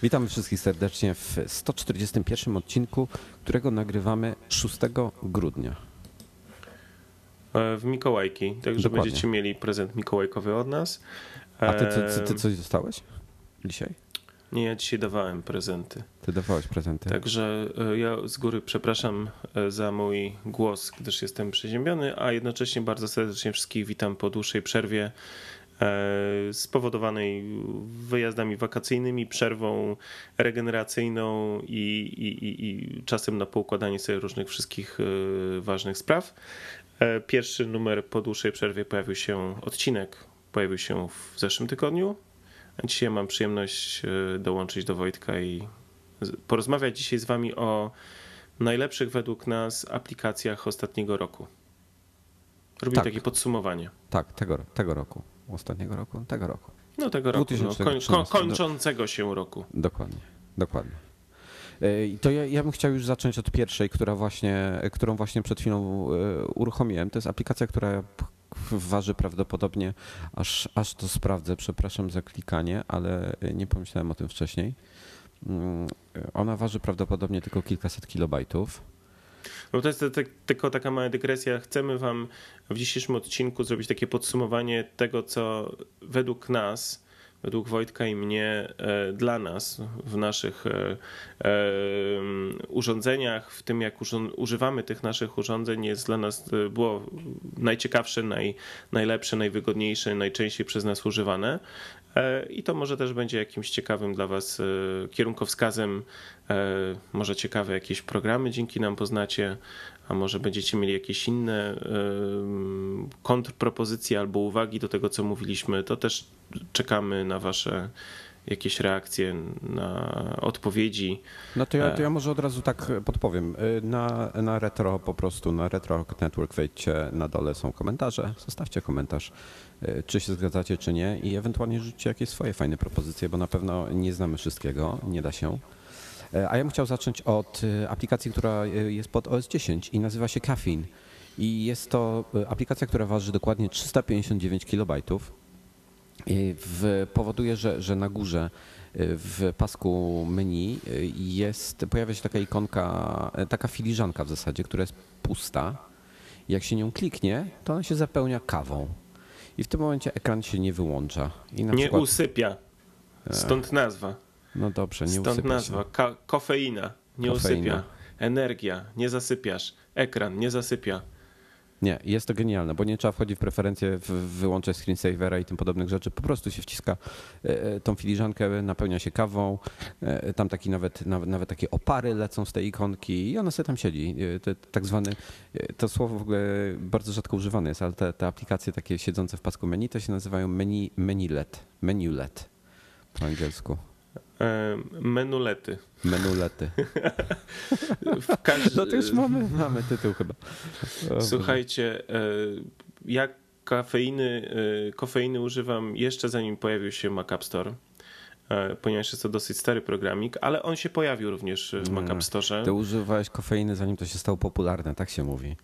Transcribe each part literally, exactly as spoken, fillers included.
Witam wszystkich serdecznie w sto czterdziestym pierwszym odcinku, którego nagrywamy szóstego grudnia. W Mikołajki, także Dokładnie. będziecie mieli prezent mikołajkowy od nas. A ty, ty, ty, ty coś dostałeś dzisiaj? Nie, ja dzisiaj dawałem prezenty. Ty dawałeś prezenty. Także ja z góry przepraszam za mój głos, gdyż jestem przeziębiony, a jednocześnie bardzo serdecznie wszystkich witam po dłuższej przerwie spowodowanej wyjazdami wakacyjnymi, przerwą regeneracyjną i, i, i, i czasem na poukładanie sobie różnych wszystkich ważnych spraw. Pierwszy numer po dłuższej przerwie pojawił się, odcinek pojawił się w zeszłym tygodniu. Dzisiaj mam przyjemność dołączyć do Wojtka i porozmawiać dzisiaj z wami o najlepszych według nas aplikacjach ostatniego roku. Robimy tak. takie podsumowanie. Tak, tego, tego roku. Ostatniego roku? Tego roku. No tego roku, no, koń, ko, kończącego się roku. Dokładnie, dokładnie. To ja, ja bym chciał już zacząć od pierwszej, która właśnie, którą właśnie przed chwilą uruchomiłem. To jest aplikacja, która waży prawdopodobnie, aż, aż to sprawdzę, przepraszam za klikanie, ale nie pomyślałem o tym wcześniej. Ona waży prawdopodobnie tylko kilkaset kilobajtów. No to jest to, to, tylko taka mała dygresja. Chcemy wam w dzisiejszym odcinku zrobić takie podsumowanie tego, co według nas, według Wojtka i mnie, dla nas w naszych urządzeniach, w tym jak używamy tych naszych urządzeń, jest dla nas było najciekawsze, naj, najlepsze, najwygodniejsze, najczęściej przez nas używane. I to może też będzie jakimś ciekawym dla was kierunkowskazem. Może ciekawe jakieś programy dzięki nam poznacie, a może będziecie mieli jakieś inne kontrpropozycje albo uwagi do tego, co mówiliśmy. To też czekamy na wasze jakieś reakcje, na odpowiedzi. No to ja, to ja może od razu tak podpowiem. Na, na retro po prostu, na Retro Network wejdźcie, na dole są komentarze, zostawcie komentarz, czy się zgadzacie, czy nie i ewentualnie rzućcie jakieś swoje fajne propozycje, bo na pewno nie znamy wszystkiego, nie da się. A ja bym chciał zacząć od aplikacji, która jest pod O S dziesięć i nazywa się Caffeine. I jest to aplikacja, która waży dokładnie trzysta pięćdziesiąt dziewięć kilobajtów. I w, powoduje, że, że na górze w pasku menu jest, pojawia się taka ikonka, taka filiżanka w zasadzie, która jest pusta. Jak się nią kliknie, to ona się zapełnia kawą. I w tym momencie ekran się nie wyłącza. I na nie przykład... usypia. Stąd nazwa. No dobrze, nie Stąd usypia nazwa. Ka- kofeina. Nie Kofeina. usypia. Energia. Nie zasypiasz. Ekran. Nie zasypia. Nie, jest to genialne, bo nie trzeba wchodzić w preferencje, w wyłączać screensavera i tym podobnych rzeczy. Po prostu się wciska tą filiżankę, napełnia się kawą. Tam taki nawet, nawet, nawet takie opary lecą z tej ikonki i ona sobie tam siedzi. To, tak zwany, to słowo w ogóle bardzo rzadko używane jest, ale te, te aplikacje takie siedzące w pasku menu to się nazywają menu, menulet, menulet po angielsku. Menulety. Menulety. Każdy... No to już mamy, mamy tytuł chyba. Słuchajcie, ja kafeiny, kofeiny używam jeszcze zanim pojawił się Mac App Store, ponieważ jest to dosyć stary programik, ale on się pojawił również w Mac App Store. Ty używałeś kofeiny zanim to się stało popularne, tak się mówi.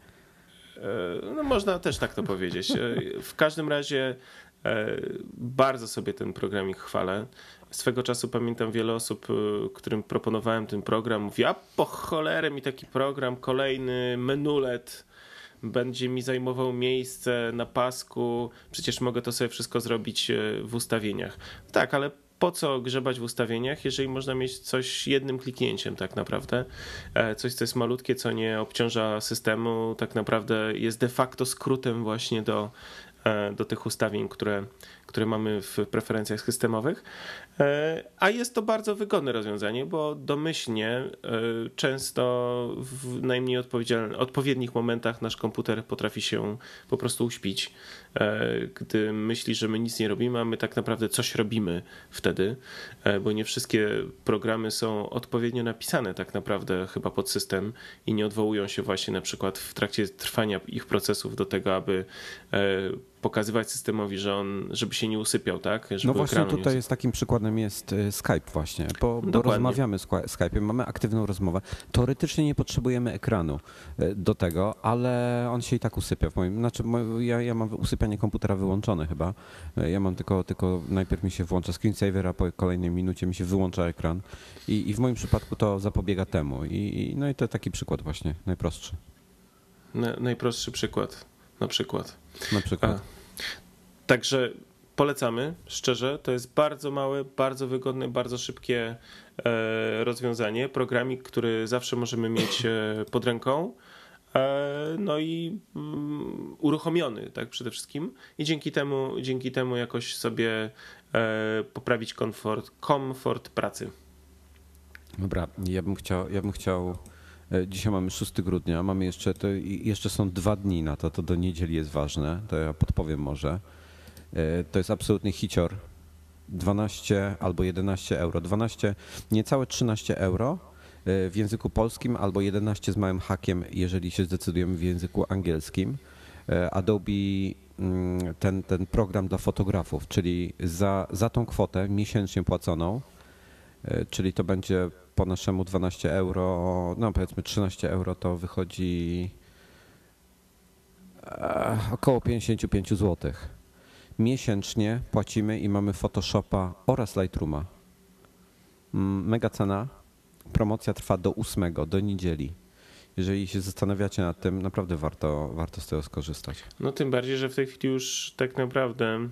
No można też tak to powiedzieć. W każdym razie bardzo sobie ten programik chwalę. Swego czasu pamiętam wiele osób, którym proponowałem ten program. Mówi, a po cholerę mi taki program, kolejny menulet będzie mi zajmował miejsce na pasku. Przecież mogę to sobie wszystko zrobić w ustawieniach. Tak, ale po co grzebać w ustawieniach, jeżeli można mieć coś jednym kliknięciem tak naprawdę. Coś, co jest malutkie, co nie obciąża systemu, tak naprawdę jest de facto skrótem właśnie do, do tych ustawień, które, które mamy w preferencjach systemowych. A jest to bardzo wygodne rozwiązanie, bo domyślnie często w najmniej odpowiednich momentach nasz komputer potrafi się po prostu uśpić, gdy myśli, że my nic nie robimy, a my tak naprawdę coś robimy wtedy, bo nie wszystkie programy są odpowiednio napisane tak naprawdę chyba pod system i nie odwołują się właśnie na przykład w trakcie trwania ich procesów do tego, aby pokazywać systemowi, że on, żeby się nie usypiał, tak? Żeby No właśnie ekranu nie tutaj jest takim przykładem jest y, Skype właśnie, bo, bo Dokładnie. rozmawiamy z Sky- Skype'em, mamy aktywną rozmowę. Teoretycznie nie potrzebujemy ekranu y, do tego, ale on się i tak usypia. W moim, znaczy mo- ja, ja mam usypianie komputera wyłączone chyba. Y, Ja mam tylko, tylko najpierw mi się włącza screensaver, a po kolejnej minucie mi się wyłącza ekran i, i w moim przypadku to zapobiega temu. I, i, no i to taki przykład właśnie, najprostszy. Na, najprostszy przykład, na przykład. Na przykład. A, także polecamy, szczerze, to jest bardzo małe, bardzo wygodne, bardzo szybkie e, rozwiązanie. Programik, który zawsze możemy mieć e, pod ręką. E, no i mm, uruchomiony, tak, przede wszystkim. I dzięki temu, dzięki temu jakoś sobie e, poprawić komfort, komfort pracy. Dobra, ja bym chciał, ja bym chciał. e, Dzisiaj mamy szóstego grudnia, mamy jeszcze, to i jeszcze są dwa dni na to, to do niedzieli jest ważne, to ja podpowiem może. E, To jest absolutny hicior. dwanaście albo jedenaście euro. dwanaście, niecałe trzynaście euro e, w języku polskim, albo jedenaście z małym hakiem, jeżeli się zdecydujemy w języku angielskim. E, Adobe, mm, ten, ten program dla fotografów, czyli za, za tą kwotę miesięcznie płaconą, e, czyli to będzie po naszemu dwanaście euro, no powiedzmy trzynaście euro, to wychodzi e, około pięćdziesiąt pięć złotych. Miesięcznie płacimy i mamy Photoshopa oraz Lightrooma. Mm, Mega cena. Promocja trwa do ósmego, do niedzieli. Jeżeli się zastanawiacie nad tym, naprawdę warto, warto z tego skorzystać. No tym bardziej, że w tej chwili już tak naprawdę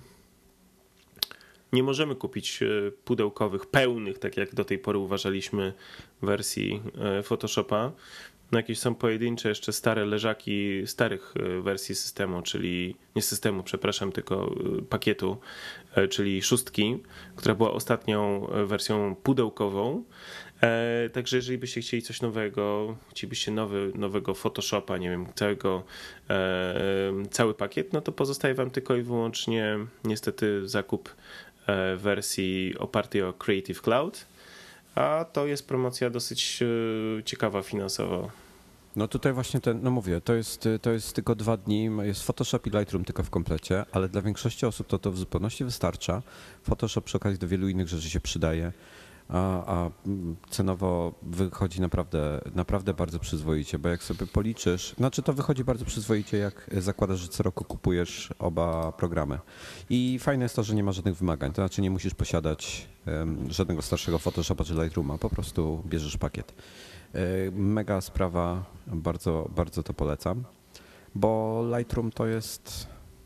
nie możemy kupić e, pudełkowych, pełnych, tak jak do tej pory uważaliśmy, wersji e, Photoshopa. No jakieś są pojedyncze jeszcze stare leżaki starych e, wersji systemu, czyli nie systemu, przepraszam, tylko e, pakietu, e, czyli szóstki, która była ostatnią e, wersją pudełkową. E, Także jeżeli byście chcieli coś nowego, chcielibyście nowy, nowego Photoshopa, nie wiem, całego, e, cały pakiet, no to pozostaje wam tylko i wyłącznie niestety zakup e, wersji opartej o Creative Cloud, a to jest promocja dosyć e, ciekawa finansowo. No tutaj właśnie ten, no mówię, to jest, to jest tylko dwa dni, jest Photoshop i Lightroom tylko w komplecie, ale dla większości osób to to w zupełności wystarcza. Photoshop przy okazji do wielu innych rzeczy się przydaje, a, a cenowo wychodzi naprawdę, naprawdę bardzo przyzwoicie, bo jak sobie policzysz, znaczy to wychodzi bardzo przyzwoicie, jak zakładasz, że co roku kupujesz oba programy. I fajne jest to, że nie ma żadnych wymagań, to znaczy nie musisz posiadać um, żadnego starszego Photoshopa czy Lightrooma, po prostu bierzesz pakiet. Mega sprawa, bardzo, bardzo to polecam, bo Lightroom to jest,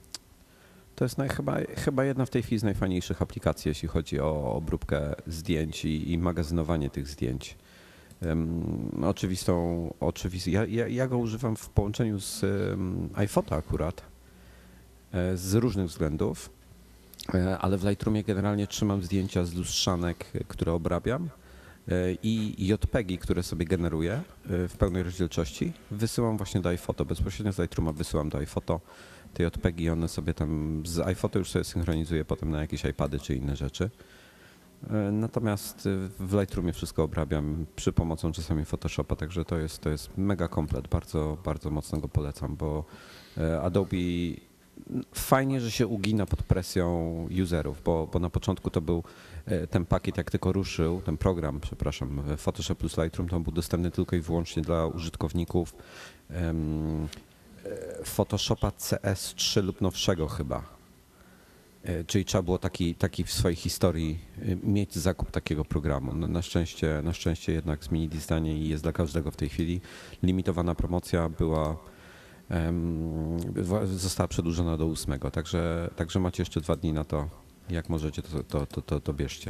to jest naj, chyba, chyba jedna w tej chwili z najfajniejszych aplikacji, jeśli chodzi o obróbkę zdjęć i, i magazynowanie tych zdjęć. Um, oczywistą, oczywist, ja, ja, ja go używam w połączeniu z um, iPhoto akurat, z różnych względów, ale w Lightroomie generalnie trzymam zdjęcia z lustrzanek, które obrabiam, i J P G, które sobie generuję w pełnej rozdzielczości, wysyłam właśnie do iPhoto, bezpośrednio z Lightrooma wysyłam do iPhoto te J P G i one sobie tam z iPhoto już sobie synchronizuję potem na jakieś iPady czy inne rzeczy. Natomiast w Lightroomie wszystko obrabiam przy pomocą czasami Photoshopa, także to jest, to jest mega komplet, bardzo, bardzo mocno go polecam, bo Adobe fajnie, że się ugina pod presją userów, bo, bo na początku to był ten pakiet, jak tylko ruszył, ten program, przepraszam, Photoshop plus Lightroom, to był dostępny tylko i wyłącznie dla użytkowników um, Photoshopa C S trzy lub nowszego chyba. Czyli trzeba było taki, taki w swojej historii mieć zakup takiego programu. No, na, szczęście, na szczęście jednak zmienili zdanie i jest dla każdego w tej chwili. Limitowana promocja była została przedłużona do ósmego, także, także macie jeszcze dwa dni na to, jak możecie, to, to, to, to, to bierzcie.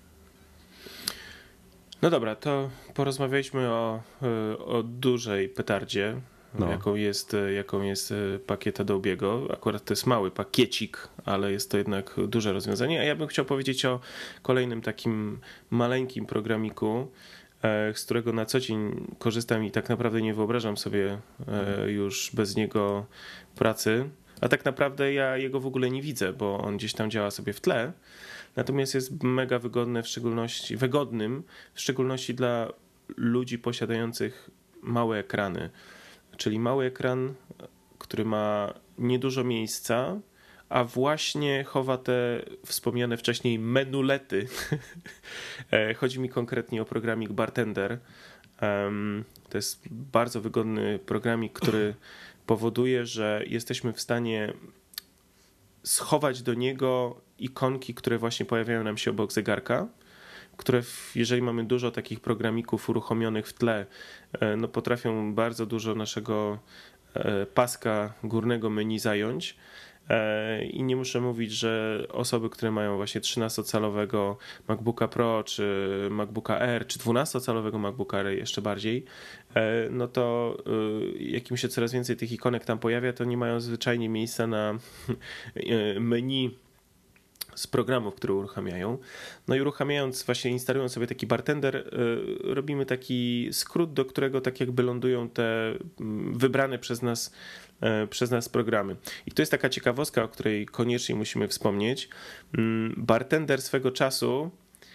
No dobra, to porozmawialiśmy o, o dużej petardzie, no. jaką, jest, jaką jest pakiet Adobe'ego. Akurat to jest mały pakiecik, ale jest to jednak duże rozwiązanie. A ja bym chciał powiedzieć o kolejnym takim maleńkim programiku, z którego na co dzień korzystam i tak naprawdę nie wyobrażam sobie już bez niego pracy. A tak naprawdę ja jego w ogóle nie widzę, bo on gdzieś tam działa sobie w tle. Natomiast jest mega wygodny, w szczególności wygodnym, w szczególności dla ludzi posiadających małe ekrany. Czyli mały ekran, który ma niedużo miejsca, a właśnie chowa te wspomniane wcześniej menulety. Chodzi mi konkretnie o programik Bartender. To jest bardzo wygodny programik, który powoduje, że jesteśmy w stanie schować do niego ikonki, które właśnie pojawiają nam się obok zegarka, które jeżeli mamy dużo takich programików uruchomionych w tle, no potrafią bardzo dużo naszego paska górnego menu zająć. I nie muszę mówić, że osoby, które mają właśnie trzynastocalowego MacBooka Pro, czy MacBooka Air, czy dwunastocalowego MacBooka Air jeszcze bardziej, no to jak im się coraz więcej tych ikonek tam pojawia, to nie mają zwyczajnie miejsca na menu z programów, które uruchamiają. No i uruchamiając, właśnie instalując sobie taki Bartender, robimy taki skrót, do którego tak jakby lądują te wybrane przez nas przez nas programy. I to jest taka ciekawostka, o której koniecznie musimy wspomnieć. Bartender swego czasu,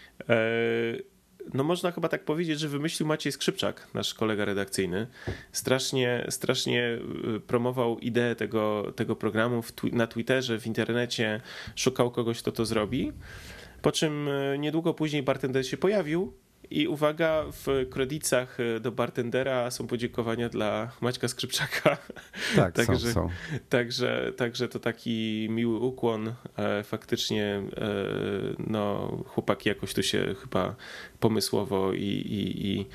no można chyba tak powiedzieć, że wymyślił Maciej Skrzypczak, nasz kolega redakcyjny. Strasznie, strasznie promował ideę tego, tego programu na Twitterze, w internecie, szukał kogoś, kto to zrobi. Po czym niedługo później Bartender się pojawił i uwaga, w kredytach do Bartendera są podziękowania dla Maćka Skrzypczaka. Tak, także, są, są. Także, także to taki miły ukłon. Faktycznie no, chłopaki jakoś tu się chyba pomysłowo i, i, i,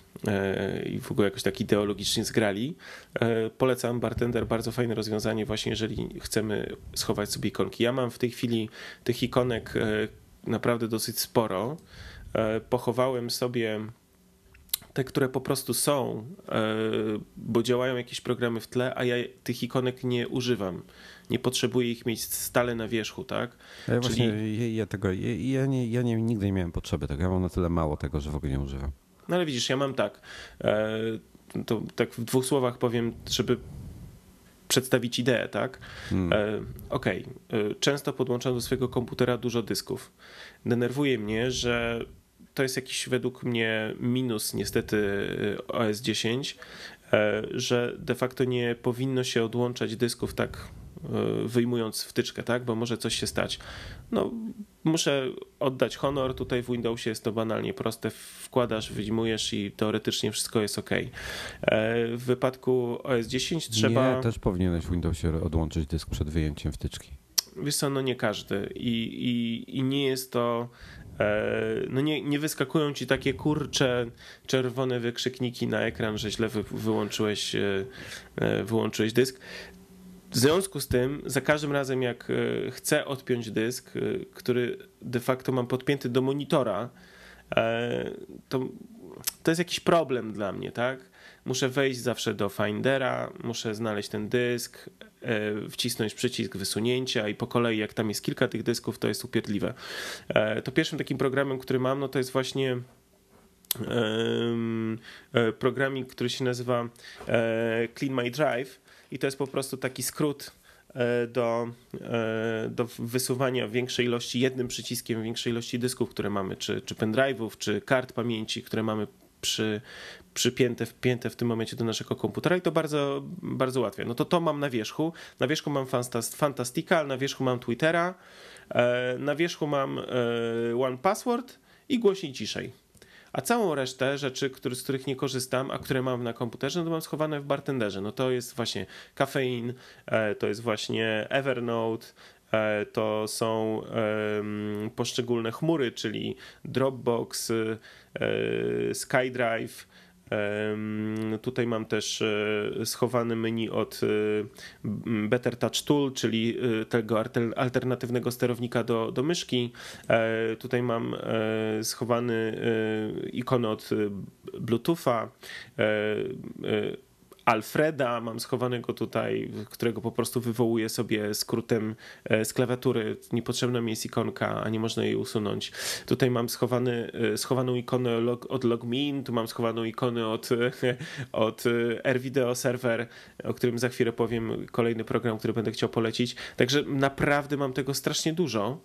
i w ogóle jakoś tak ideologicznie zgrali. Polecam Bartender, bardzo fajne rozwiązanie właśnie, jeżeli chcemy schować sobie ikonki. Ja mam w tej chwili tych ikonek naprawdę dosyć sporo. Pochowałem sobie te, które po prostu są, bo działają jakieś programy w tle, a ja tych ikonek nie używam. Nie potrzebuję ich mieć stale na wierzchu, tak? Ja właśnie Czyli... ja tego, ja, ja, nie, ja nie, nigdy nie miałem potrzeby tego. Ja mam na tyle mało tego, że w ogóle nie używam. No ale widzisz, ja mam tak. To tak w dwóch słowach powiem, żeby przedstawić ideę, tak? Hmm. Okej, okay. Często podłączam do swojego komputera dużo dysków. Denerwuje mnie, że to jest jakiś według mnie minus niestety O S dziesięć, że de facto nie powinno się odłączać dysków tak wyjmując wtyczkę, tak? Bo może coś się stać. No, muszę oddać honor, tutaj w Windowsie jest to banalnie proste, wkładasz, wyjmujesz i teoretycznie wszystko jest ok. W wypadku O S dziesięć trzeba... Nie, też powinieneś w Windowsie odłączyć dysk przed wyjęciem wtyczki. Wiesz co, no nie każdy i, i, i nie jest to... No nie, nie wyskakują ci takie kurcze, czerwone wykrzykniki na ekran, że źle wy, wyłączyłeś, wyłączyłeś dysk. W związku z tym, za każdym razem jak chcę odpiąć dysk, który de facto mam podpięty do monitora, to, to jest jakiś problem dla mnie, tak? Muszę wejść zawsze do Findera, muszę znaleźć ten dysk, wcisnąć przycisk wysunięcia i po kolei, jak tam jest kilka tych dysków, to jest upierdliwe. To pierwszym takim programem, który mam, no to jest właśnie programik, który się nazywa Clean My Drive i to jest po prostu taki skrót do, do wysuwania większej ilości, jednym przyciskiem większej ilości dysków, które mamy, czy, czy pendrive'ów, czy kart pamięci, które mamy przy, przypięte, wpięte w tym momencie do naszego komputera i to bardzo, bardzo łatwe. No to to mam na wierzchu. Na wierzchu mam Fantastica, na wierzchu mam Twittera, na wierzchu mam One Password i głośniej ciszej. A całą resztę rzeczy, który, z których nie korzystam, a które mam na komputerze, no to mam schowane w Bartenderze. No to jest właśnie Caffeine, to jest właśnie Evernote, to są um, poszczególne chmury, czyli Dropbox, SkyDrive. Um, tutaj mam też uh, schowany menu od uh, Better Touch Tool, czyli uh, tego alternatywnego sterownika do, do myszki. Uh, tutaj mam uh, schowany uh, ikonę od uh, Bluetootha. Uh, uh, Alfreda mam schowanego tutaj, którego po prostu wywołuję sobie skrótem z klawiatury. Niepotrzebna mi jest ikonka, a nie można jej usunąć. Tutaj mam schowany, schowaną ikonę log, od LogMeIn, tu mam schowaną ikonę od, od AirVideo Server, o którym za chwilę powiem, kolejny program, który będę chciał polecić. Także naprawdę mam tego strasznie dużo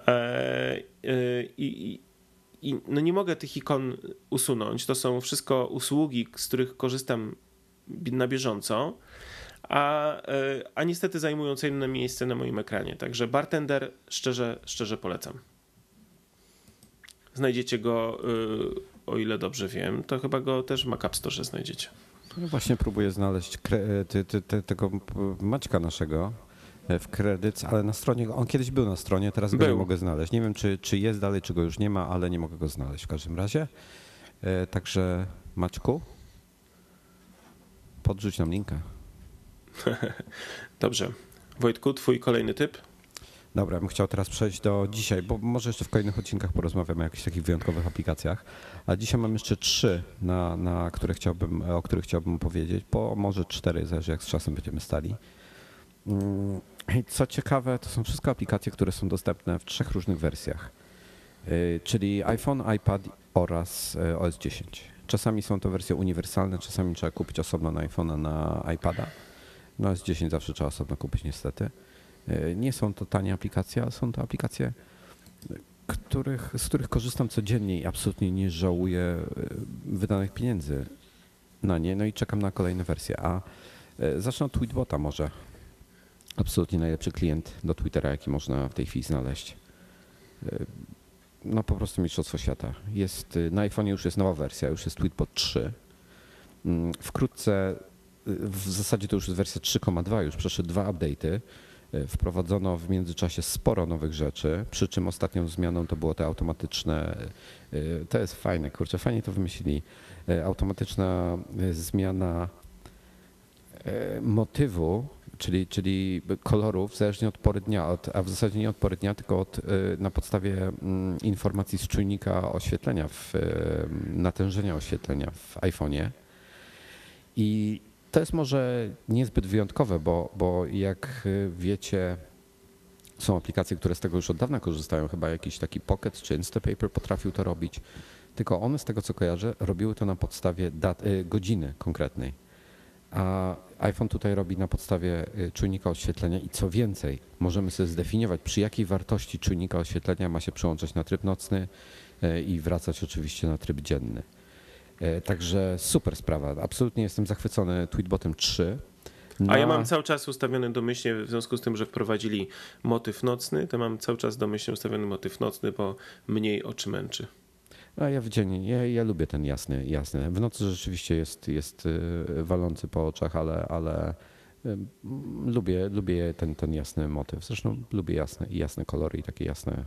i, i no nie mogę tych ikon usunąć. To są wszystko usługi, z których korzystam na bieżąco, a, a niestety zajmują cenne miejsce na moim ekranie. Także Bartender szczerze, szczerze polecam. Znajdziecie go, o ile dobrze wiem, to chyba go też w Mac App Store znajdziecie. No właśnie próbuję znaleźć kre, ty, ty, ty, tego Maćka naszego w kredyt, ale na stronie, on kiedyś był na stronie, teraz go Był. nie mogę znaleźć. Nie wiem, czy, czy jest dalej, czy go już nie ma, ale nie mogę go znaleźć w każdym razie. Także Maćku, podrzuć nam linkę. Dobrze. Wojtku, twój kolejny typ? Dobra, ja bym chciał teraz przejść do dzisiaj, bo może jeszcze w kolejnych odcinkach porozmawiamy o jakichś takich wyjątkowych aplikacjach, a dzisiaj mam jeszcze trzy, na, na które chciałbym, o których chciałbym powiedzieć, bo może cztery, zależy jak z czasem będziemy stali. I co ciekawe, to są wszystko aplikacje, które są dostępne w trzech różnych wersjach, czyli iPhone, iPad oraz O S dziesięć. Czasami są to wersje uniwersalne, czasami trzeba kupić osobno na iPhone'a, na iPada. Na O S dziesięć zawsze trzeba osobno kupić niestety. Nie są to tanie aplikacje, ale są to aplikacje, których, z których korzystam codziennie i absolutnie nie żałuję wydanych pieniędzy na nie. No i czekam na kolejne wersje. A zacznę od Tweetbota może. Absolutnie najlepszy klient do Twittera, jaki można w tej chwili znaleźć. No po prostu mistrzostwo świata. Jest, na iPhone'ie już jest nowa wersja, już jest Tweetbot trzy. Wkrótce, w zasadzie to już jest wersja trzy kropka dwa, już przeszedł dwa update'y. Wprowadzono w międzyczasie sporo nowych rzeczy, przy czym ostatnią zmianą to było te automatyczne, to jest fajne, kurczę, fajnie to wymyślili, automatyczna zmiana motywu, czyli, czyli kolorów zależnie od pory dnia, od, a w zasadzie nie od pory dnia, tylko od, na podstawie informacji z czujnika oświetlenia, w, natężenia oświetlenia w iPhone'ie. I to jest może niezbyt wyjątkowe, bo, bo jak wiecie, są aplikacje, które z tego już od dawna korzystają. Chyba jakiś taki Pocket czy Instapaper potrafił to robić. Tylko one, z tego co kojarzę, robiły to na podstawie dat, godziny konkretnej. A iPhone tutaj robi na podstawie czujnika oświetlenia i co więcej, możemy sobie zdefiniować, przy jakiej wartości czujnika oświetlenia ma się przełączać na tryb nocny i wracać oczywiście na tryb dzienny. Także super sprawa. Absolutnie jestem zachwycony Tweetbotem trzy. Na... A ja mam cały czas ustawiony domyślnie, w związku z tym, że wprowadzili motyw nocny, to mam cały czas domyślnie ustawiony motyw nocny, bo mniej oczy męczy. A ja w dzień, ja, ja lubię ten jasny, jasny. W nocy rzeczywiście jest, jest walący po oczach, ale, ale lubię, lubię ten, ten jasny motyw. Zresztą lubię jasne, jasne kolory i takie jasne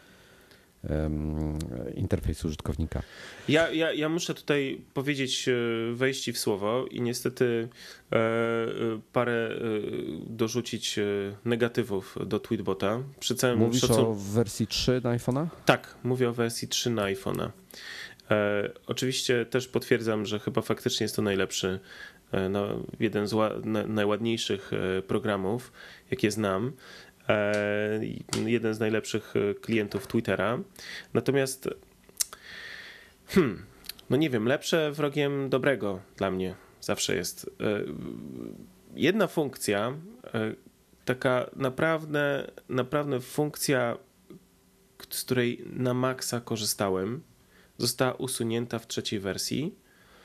interfejs użytkownika. Ja, ja, ja muszę tutaj powiedzieć, wejść ci w słowo i niestety parę dorzucić negatywów do Tweetbota. Przy całym Mówisz szacun... o wersji trzy na iPhone'a? Tak, mówię o wersji trzy na iPhone'a. E, oczywiście też potwierdzam, że chyba faktycznie jest to najlepszy, no, jeden z ła- na, najładniejszych programów, jakie znam. Jeden z najlepszych klientów Twittera. Natomiast hmm, no nie wiem, lepsze wrogiem dobrego dla mnie zawsze jest. Jedna funkcja, taka naprawdę, naprawdę funkcja, z której na maksa korzystałem, została usunięta w trzeciej wersji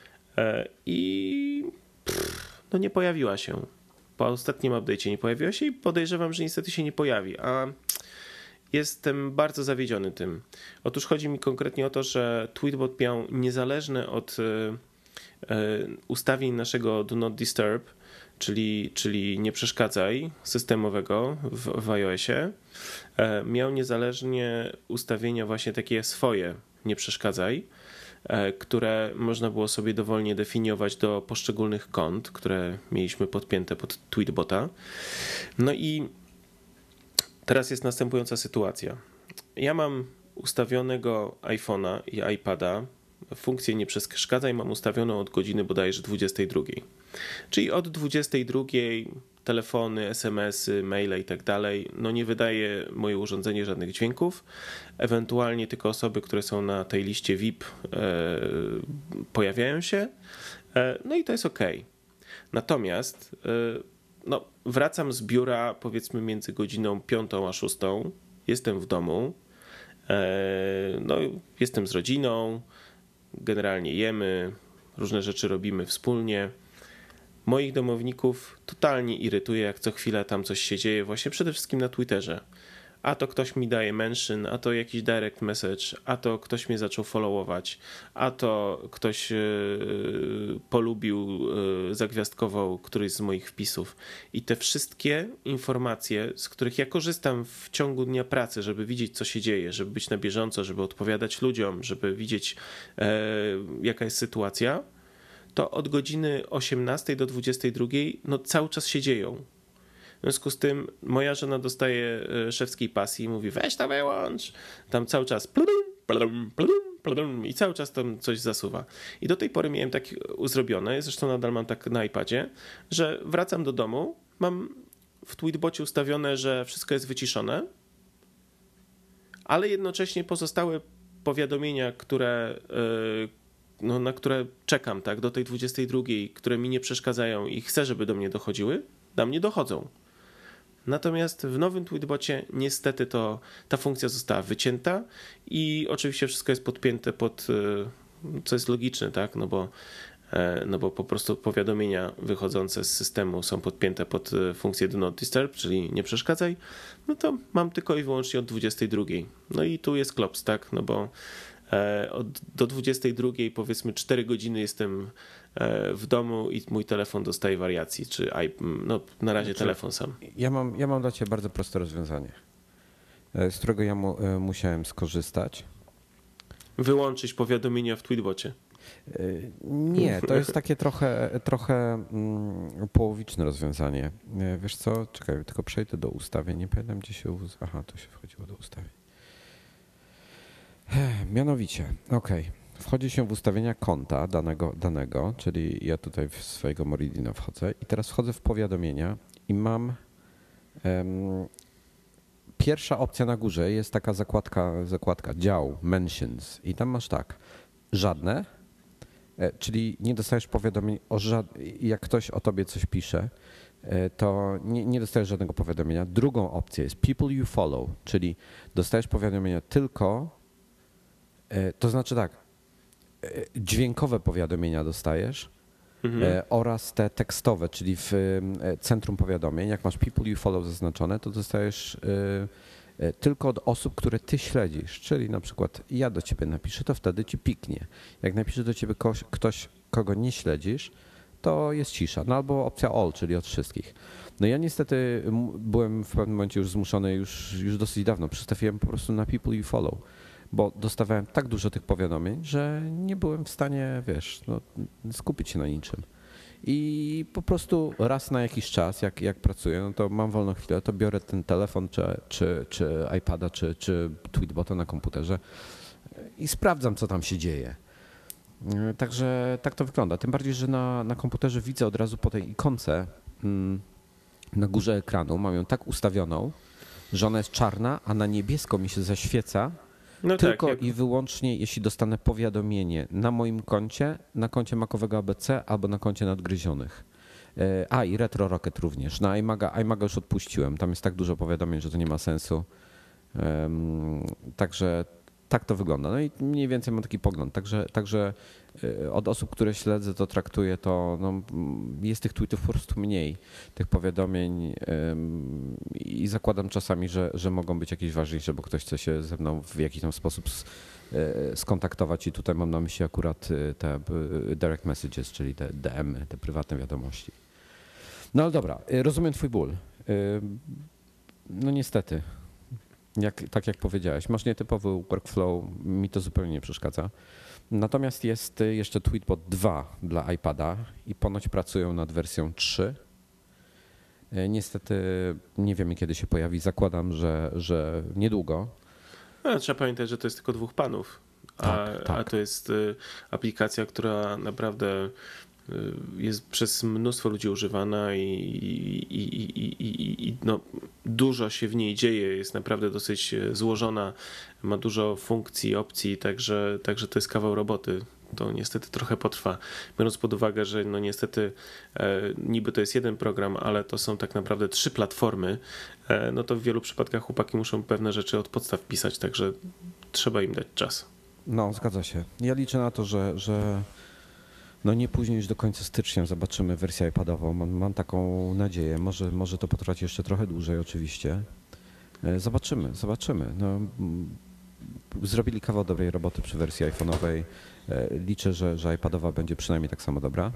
i pff, no nie pojawiła się. Po ostatnim update'cie nie pojawiła się i podejrzewam, że niestety się nie pojawi, a jestem bardzo zawiedziony tym. Otóż chodzi mi konkretnie o to, że Tweetbot miał niezależne od ustawień naszego Do Not Disturb, czyli, czyli nie przeszkadzaj systemowego w, w iOSie, miał niezależnie ustawienia właśnie takie swoje nie przeszkadzaj, które można było sobie dowolnie definiować do poszczególnych kont, które mieliśmy podpięte pod Tweetbota. No i teraz jest następująca sytuacja. Ja mam ustawionego iPhone'a i iPada, funkcję nie przeszkadzaj mam ustawioną od godziny bodajże dwudziestej drugiej. Czyli od dwudziestej drugiej telefony, es em esy, maile i tak dalej, no nie wydaje moje urządzenie żadnych dźwięków. Ewentualnie tylko osoby, które są na tej liście V I P e, pojawiają się. E, no i to jest ok. Natomiast e, no, wracam z biura powiedzmy między godziną piątą a szóstą. Jestem w domu. E, no, jestem z rodziną. Generalnie jemy. Różne rzeczy robimy wspólnie. moich domowników totalnie irytuje, jak co chwilę tam coś się dzieje, właśnie przede wszystkim na Twitterze. A to ktoś mi daje mention, a to jakiś direct message, a to ktoś mnie zaczął followować, a to ktoś yy, polubił, yy, zagwiazdkował któryś z moich wpisów. I te wszystkie informacje, z których ja korzystam w ciągu dnia pracy, żeby widzieć, co się dzieje, żeby być na bieżąco, żeby odpowiadać ludziom, żeby widzieć, yy, jaka jest sytuacja, to od godziny osiemnastej do dwudziestej drugiej no, cały czas się dzieją. W związku z tym moja żona dostaje szewskiej pasji i mówi, weź to wyłącz. Tam cały czas pludum, pludum, pludum, pludum, i cały czas tam coś zasuwa. I do tej pory miałem tak zrobione, zresztą nadal mam tak na iPadzie, że wracam do domu, mam w Tweetbocie ustawione, że wszystko jest wyciszone, ale jednocześnie pozostałe powiadomienia, które, no, na które czekam tak, do tej dwudziestej drugiej, które mi nie przeszkadzają i chcę, żeby do mnie dochodziły, do mnie dochodzą. Natomiast w nowym Tweetbocie niestety to ta funkcja została wycięta i oczywiście wszystko jest podpięte pod, co jest logiczne, tak, no bo, no bo po prostu powiadomienia wychodzące z systemu są podpięte pod funkcję Do Not Disturb, czyli nie przeszkadzaj, no to mam tylko i wyłącznie od dwudziestej drugiej. No i tu jest klops, tak, no bo od, do dwudziestej drugiej powiedzmy cztery godziny jestem w domu i mój telefon dostaje wariacji, czy no, na razie telefon sam. Ja mam, ja mam dla ciebie bardzo proste rozwiązanie, z którego ja mu, musiałem skorzystać. Wyłączyć powiadomienia w Tweetbocie. Nie, to jest takie trochę, trochę mm, połowiczne rozwiązanie. Wiesz co, czekaj, tylko przejdę do ustawień, nie pamiętam gdzie się... Aha, tu się wchodziło do ustawień. Mianowicie, okej. Okay. Wchodzi się w ustawienia konta danego, danego, czyli ja tutaj w swojego Moridina wchodzę i teraz wchodzę w powiadomienia i mam um, pierwsza opcja na górze jest taka zakładka, zakładka dział mentions i tam masz tak, żadne, czyli nie dostajesz powiadomień o żadnych, jak ktoś o tobie coś pisze, to nie, nie dostajesz żadnego powiadomienia. Drugą opcją jest people you follow, czyli dostajesz powiadomienia tylko, to znaczy tak, dźwiękowe powiadomienia dostajesz mhm. oraz te tekstowe, czyli w centrum powiadomień, jak masz people you follow zaznaczone, to dostajesz tylko od osób, które ty śledzisz, czyli na przykład ja do ciebie napiszę, to wtedy ci piknie. Jak napisze do ciebie ktoś, ktoś, kogo nie śledzisz, to jest cisza, no albo opcja all, czyli od wszystkich. No ja niestety byłem w pewnym momencie już zmuszony, już, już dosyć dawno, przestawiłem po prostu na people you follow, bo dostawałem tak dużo tych powiadomień, że nie byłem w stanie, wiesz, no, skupić się na niczym. I po prostu raz na jakiś czas, jak, jak pracuję, no to mam wolną chwilę, to biorę ten telefon, czy, czy, czy iPada, czy, czy Tweetbota na komputerze i sprawdzam, co tam się dzieje. Także tak to wygląda. Tym bardziej, że na, na komputerze widzę od razu po tej ikonce na górze ekranu, mam ją tak ustawioną, że ona jest czarna, a na niebiesko mi się zaświeca, no tylko tak, jak... i wyłącznie, jeśli dostanę powiadomienie na moim koncie, na koncie Macowego A B C albo na koncie Nadgryzionych. A i Retro Rocket również. Na iMaga, iMaga już odpuściłem. Tam jest tak dużo powiadomień, że to nie ma sensu. Um, także tak to wygląda. No i mniej więcej mam taki pogląd. Także, także od osób, które śledzę, to traktuję to, no, jest tych tweetów po prostu mniej, tych powiadomień um, i zakładam czasami, że, że mogą być jakieś ważniejsze, bo ktoś chce się ze mną w jakiś tam sposób skontaktować i tutaj mam na myśli akurat te direct messages, czyli te D M-y, te prywatne wiadomości. No ale dobra, rozumiem twój ból. No niestety, jak, tak jak powiedziałeś, masz nietypowy workflow, mi to zupełnie nie przeszkadza. Natomiast jest jeszcze Tweetbot dwa dla iPada i ponoć pracują nad wersją trzy. Niestety nie wiemy, kiedy się pojawi. Zakładam, że, że niedługo. No, trzeba pamiętać, że to jest tylko dwóch panów, a, tak, tak. a to jest aplikacja, która naprawdę jest przez mnóstwo ludzi używana i, i, i, i, i no, dużo się w niej dzieje, jest naprawdę dosyć złożona, ma dużo funkcji, opcji, także, także to jest kawał roboty. To niestety trochę potrwa, biorąc pod uwagę, że no niestety e, niby to jest jeden program, ale to są tak naprawdę trzy platformy, e, no to w wielu przypadkach chłopaki muszą pewne rzeczy od podstaw pisać, także trzeba im dać czas. No, zgadza się. Ja liczę na to, że, że No nie później niż do końca stycznia zobaczymy wersję iPadową. Mam, mam taką nadzieję. Może, może to potrwać jeszcze trochę dłużej oczywiście. E, Zobaczymy, zobaczymy. No, mm, zrobili kawał dobrej roboty przy wersji iPhone'owej. E, Liczę, że, że iPadowa będzie przynajmniej tak samo dobra.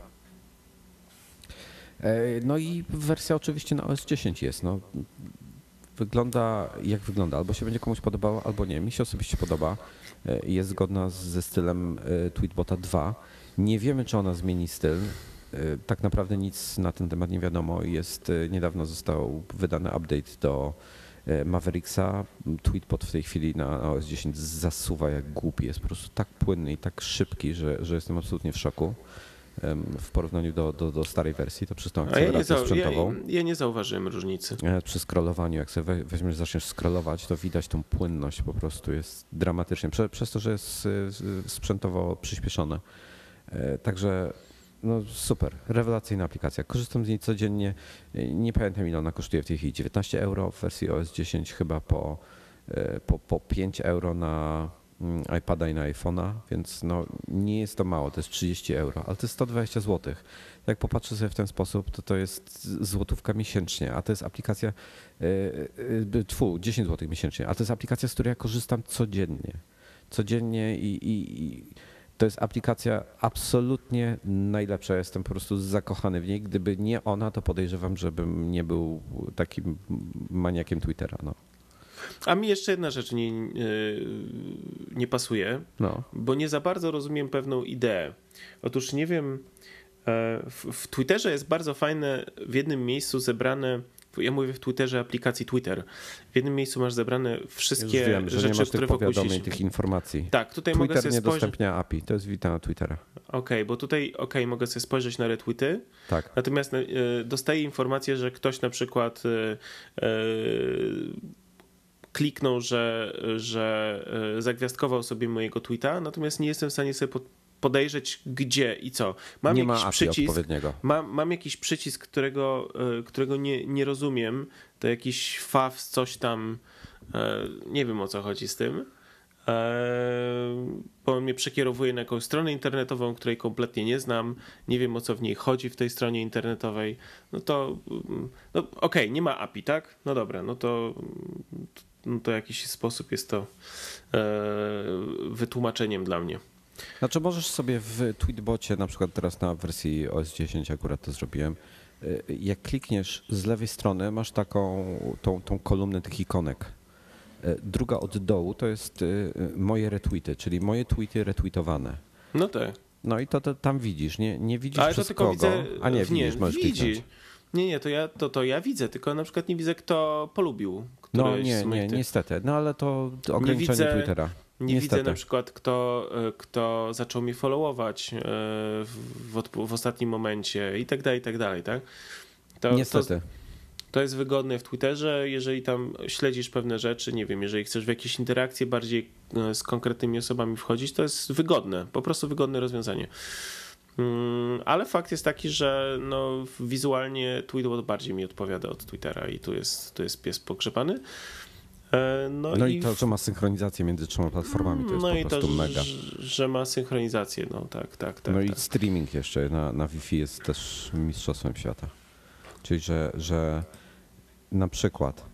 E, No i wersja oczywiście na O S dziesięć jest. No, wygląda jak wygląda. Albo się będzie komuś podobało, albo nie. Mi się osobiście podoba. E, Jest zgodna z- ze stylem e, Tweetbota dwa. Nie wiemy, czy ona zmieni styl. E, Tak naprawdę nic na ten temat nie wiadomo. Jest, e, niedawno został wydany update do e, Mavericksa. Tweetbot w tej chwili na O S dziesięć zasuwa jak głupi. Jest po prostu tak płynny i tak szybki, że, że jestem absolutnie w szoku. Em, W porównaniu do, do, do starej wersji, to przez tą A ja nie, akcelerację zau- ja, sprzętową. ja nie zauważyłem różnicy. E, Przy scrollowaniu, jak sobie we- weźmiesz, zaczniesz scrollować, to widać tą płynność po prostu jest dramatycznie, prze, przez to, że jest y, y, sprzętowo przyspieszone. E, Także no super, rewelacyjna aplikacja. Korzystam z niej codziennie. E, Nie pamiętam ile ona kosztuje w tej chwili, dziewiętnaście euro w wersji O S dziesięć, chyba po, e, po, po pięć euro na mm, iPada i na iPhone'a, więc no nie jest to mało, to jest trzydzieści euro, ale to jest sto dwadzieścia złotych. Jak popatrzę sobie w ten sposób, to to jest złotówka miesięcznie, a to jest aplikacja, yy, tfu, dziesięć złotych miesięcznie, a to jest aplikacja, z której ja korzystam codziennie. Codziennie i, i, i to jest aplikacja absolutnie najlepsza. Jestem po prostu zakochany w niej. Gdyby nie ona, to podejrzewam, żebym nie był takim maniakiem Twittera. No. A mi jeszcze jedna rzecz nie, yy, nie pasuje, No. bo nie za bardzo rozumiem pewną ideę. Otóż nie wiem, e, w, w Twitterze jest bardzo fajne w jednym miejscu zebrane, ja mówię w Twitterze aplikacji Twitter, w jednym miejscu masz zebrane wszystkie Już wiem, że rzeczy, nie masz które tych wokół powiadomień, się... tych informacji. Tak, tutaj mogę Twitter sobie nie spojrzeć... udostępnia A P I, to jest wita na Twittera. Okej, bo tutaj okej, mogę sobie spojrzeć na retweety, Tak. natomiast e, dostaję informację, że ktoś na przykład e, e, kliknął, że, że e, zagwiazdkował sobie mojego tweeta, natomiast nie jestem w stanie sobie pod- podejrzeć gdzie i co. Mam Nie jakiś ma A P I przycisk, odpowiedniego. mam, mam jakiś przycisk, którego, e, którego nie, nie rozumiem, to jakiś faw, coś tam, e, nie wiem o co chodzi z tym, e, bo on mnie przekierowuje na jakąś stronę internetową, której kompletnie nie znam, nie wiem o co w niej chodzi w tej stronie internetowej, no to mm, no, okej, nie ma A P I, tak? No dobra, no to, no to jakiś sposób jest to e, wytłumaczeniem dla mnie. Znaczy możesz sobie w Tweetbocie, na przykład teraz na wersji O S dziesięć akurat to zrobiłem, y, jak klikniesz z lewej strony masz taką tą, tą kolumnę tych ikonek. Y, Druga od dołu to jest y, y, moje retweety, czyli moje tweety retweetowane. No tak. No i to, to tam widzisz, nie, nie widzisz Ale to przez tylko kogo, widzę, a nie nie, widzisz, możesz widzi. kliknąć. Nie, nie, to ja, to, to ja widzę, tylko na przykład nie widzę, kto polubił. No któreś nie, z moich nie, tych- niestety, no ale to ograniczenie widzę- Twittera. Nie Niestety. widzę na przykład, kto, e, kto zaczął mnie followować e, w, w, odp- w ostatnim momencie i tak dalej, i tak dalej, tak? To, Niestety. To, to jest wygodne w Twitterze, jeżeli tam śledzisz pewne rzeczy, nie wiem, jeżeli chcesz w jakieś interakcje bardziej e, z konkretnymi osobami wchodzić, to jest wygodne, po prostu wygodne rozwiązanie. Mm, Ale fakt jest taki, że no, wizualnie Tweetbot bardziej mi odpowiada od Twittera i tu jest, tu jest pies pogrzebany. E, No, No i i to, że ma synchronizację między trzema platformami, to jest no po i to, prostu mega. że- że ma synchronizację, no tak, tak, tak. No i tak. streaming jeszcze na, na Wi-Fi jest też mistrzostwem świata. Czyli, że, że na przykład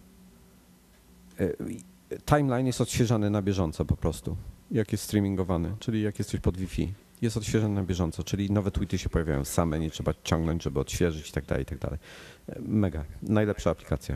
y, timeline jest odświeżany na bieżąco po prostu, jak jest streamingowany, czyli jak jesteś pod Wi-Fi. Jest odświeżany na bieżąco, czyli nowe tweety się pojawiają same, nie trzeba ciągnąć, żeby odświeżyć i tak dalej, i tak dalej. Mega, najlepsza aplikacja.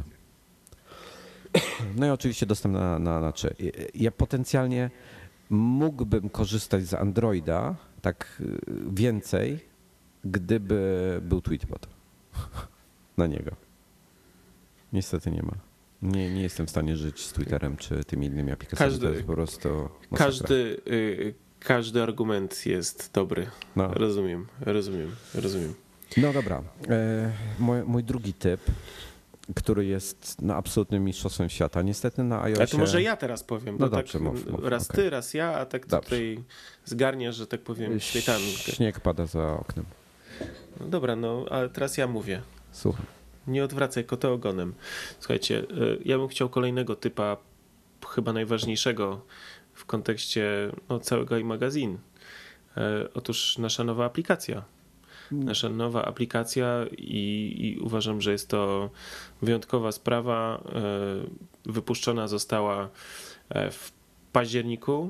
No i oczywiście dostęp na, na, na czy. Ja potencjalnie mógłbym korzystać z Androida tak y, więcej, gdyby był Tweetbot na niego. Niestety nie ma. Nie, nie jestem w stanie żyć z Twitterem czy tymi innymi aplikacjami. Każdy- to jest po prostu masakra. Każdy, y, każdy argument jest dobry. No. Rozumiem, rozumiem, rozumiem. No dobra. E, mój, mój drugi typ, który jest no, absolutnym mistrzostwem świata. Niestety na iOSie... Ale to może ja teraz powiem, bo No tak dobrze, mów, mów, raz okej. ty, raz ja, a tak Dobrze. tutaj zgarniasz, że tak powiem, śmietankę. Śnieg pada za oknem. No dobra, no ale teraz ja mówię. Słucham. Nie odwracaj kota ogonem. Słuchajcie, y, ja bym chciał kolejnego typa, chyba najważniejszego w kontekście no, całego iMagazine. Otóż nasza nowa aplikacja. Nasza nowa aplikacja i, i uważam, że jest to wyjątkowa sprawa. Wypuszczona została w październiku.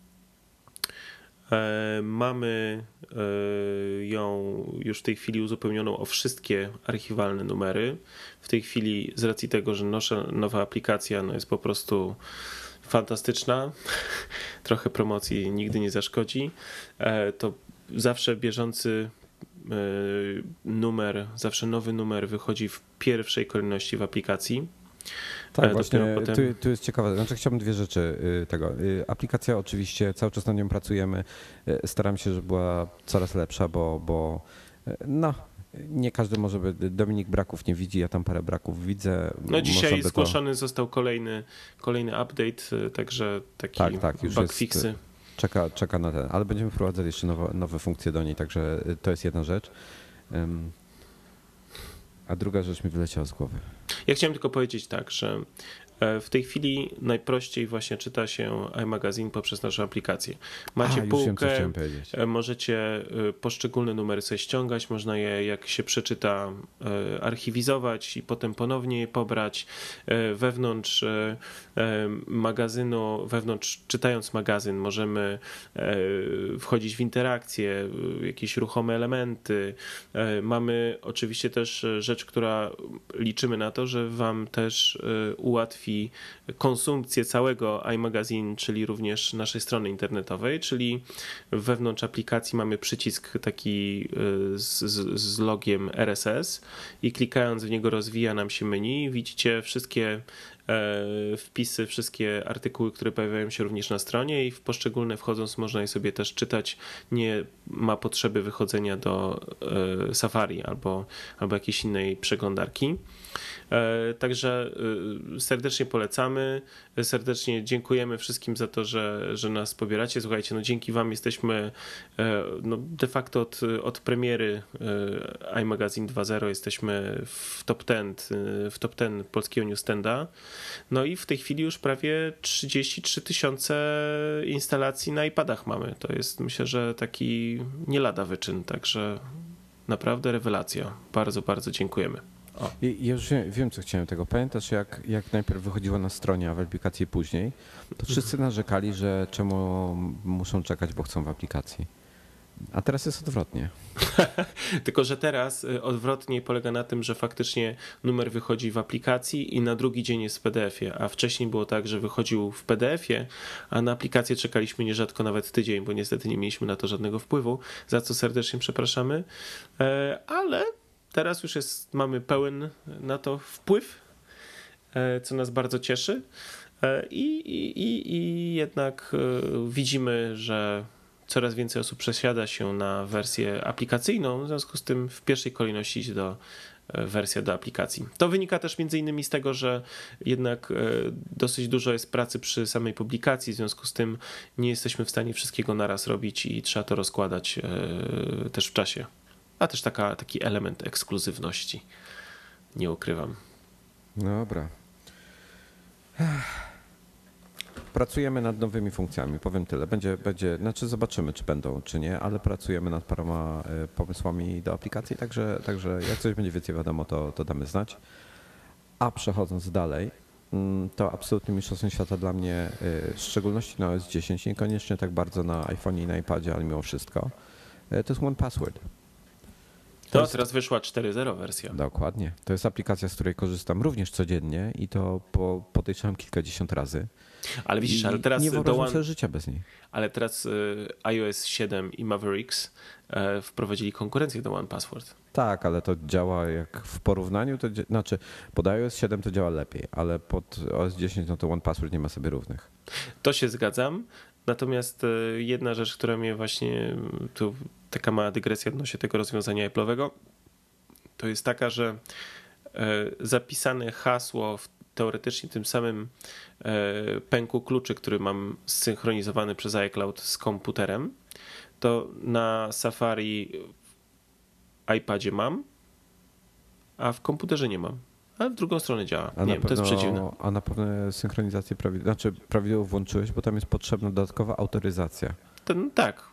Mamy ją już w tej chwili uzupełnioną o wszystkie archiwalne numery. W tej chwili z racji tego, że nasza nowa aplikacja no jest po prostu fantastyczna, trochę promocji nigdy nie zaszkodzi, to zawsze bieżący numer, zawsze nowy numer wychodzi w pierwszej kolejności w aplikacji. Tak, właśnie potem... tu, tu jest ciekawe. Znaczy chciałbym dwie rzeczy tego. Aplikacja oczywiście, cały czas nad nią pracujemy. Staram się, żeby była coraz lepsza, bo, bo no, nie każdy może by, Dominik braków nie widzi, ja tam parę braków widzę. No dzisiaj zgłoszony to... został kolejny, kolejny update, także taki tak, tak, już bug fixy. Jest, czeka, czeka na ten, ale będziemy wprowadzać jeszcze nowe, nowe funkcje do niej, także to jest jedna rzecz. Um, a druga rzecz mi wyleciała z głowy. Ja chciałem tylko powiedzieć tak, że w tej chwili najprościej właśnie czyta się iMagazine poprzez naszą aplikację. Macie A, półkę, wiem, możecie poszczególne numery sobie ściągać, można je jak się przeczyta archiwizować i potem ponownie je pobrać. Wewnątrz magazynu, wewnątrz czytając magazyn możemy wchodzić w interakcje, jakieś ruchome elementy. Mamy oczywiście też rzecz, która liczymy na to, że wam też ułatwi konsumpcję całego iMagazine, czyli również naszej strony internetowej, czyli wewnątrz aplikacji mamy przycisk taki z, z, z logiem R S S i klikając w niego rozwija nam się menu. Widzicie wszystkie wpisy, wszystkie artykuły, które pojawiają się również na stronie i w poszczególne wchodząc można je sobie też czytać. Nie ma potrzeby wychodzenia do Safari albo, albo jakiejś innej przeglądarki. Także serdecznie polecamy, serdecznie dziękujemy wszystkim za to, że, że nas pobieracie. Słuchajcie, no dzięki wam jesteśmy no de facto od, od premiery iMagazine dwa zero jesteśmy w top dziesięć, w top dziesięć polskiego newsstanda. No i w tej chwili już prawie trzydzieści trzy tysiące instalacji na iPadach mamy. To jest myślę, że taki nie lada wyczyn, także naprawdę rewelacja. Bardzo, bardzo dziękujemy. O. I ja już wiem, wiem, co chciałem tego. Pamiętasz, jak, jak najpierw wychodziło na stronie, a w aplikacji później, to wszyscy narzekali, że czemu muszą czekać, bo chcą w aplikacji. A teraz jest odwrotnie. Tylko że teraz odwrotnie polega na tym, że faktycznie numer wychodzi w aplikacji i na drugi dzień jest w P D F-ie, a wcześniej było tak, że wychodził w P D F-ie, a na aplikację czekaliśmy nierzadko nawet tydzień, bo niestety nie mieliśmy na to żadnego wpływu, za co serdecznie przepraszamy, ale teraz już jest, mamy pełen na to wpływ, co nas bardzo cieszy i, i, i, i jednak widzimy, że coraz więcej osób przesiada się na wersję aplikacyjną, w związku z tym w pierwszej kolejności idzie do wersja do aplikacji. To wynika też między innymi z tego, że jednak dosyć dużo jest pracy przy samej publikacji, w związku z tym nie jesteśmy w stanie wszystkiego naraz robić i trzeba to rozkładać też w czasie. A też taka, taki element ekskluzywności. Nie ukrywam. Dobra. Pracujemy nad nowymi funkcjami, powiem tyle. Będzie, będzie, znaczy zobaczymy, czy będą, czy nie, ale pracujemy nad paroma pomysłami do aplikacji, także, także jak coś będzie więcej wiadomo, to, to damy znać. A przechodząc dalej, to absolutnym mistrzostwem świata dla mnie, w szczególności na O S dziesięć, niekoniecznie tak bardzo na iPhone'ie i na iPadzie, ale mimo wszystko, to jest one password. To no, jest... teraz wyszła cztery zero wersja. Dokładnie. To jest aplikacja, z której korzystam również codziennie i to po, podejrzewam kilkadziesiąt razy. Ale widzisz, ale teraz nie wyobrażam do One... sobie życia bez niej. Ale teraz iOS siedem i Mavericks wprowadzili konkurencję do one password. Tak, ale to działa jak w porównaniu, to znaczy pod iOS siedem to działa lepiej, ale pod O S dziesięć no to one password nie ma sobie równych. To się zgadzam. Natomiast jedna rzecz, która mnie właśnie, tu taka mała dygresja odnośnie tego rozwiązania Apple'owego, to jest taka, że zapisane hasło w teoretycznie tym samym pęku kluczy, który mam zsynchronizowany przez iCloud z komputerem, to na Safari w iPadzie mam, a w komputerze nie mam. Ale w drugą stronę działa. A nie wiem, pewno, to jest przeciwne. A na pewno synchronizację prawidłowo, znaczy prawidłowo włączyłeś, bo tam jest potrzebna dodatkowa autoryzacja. Ten, tak,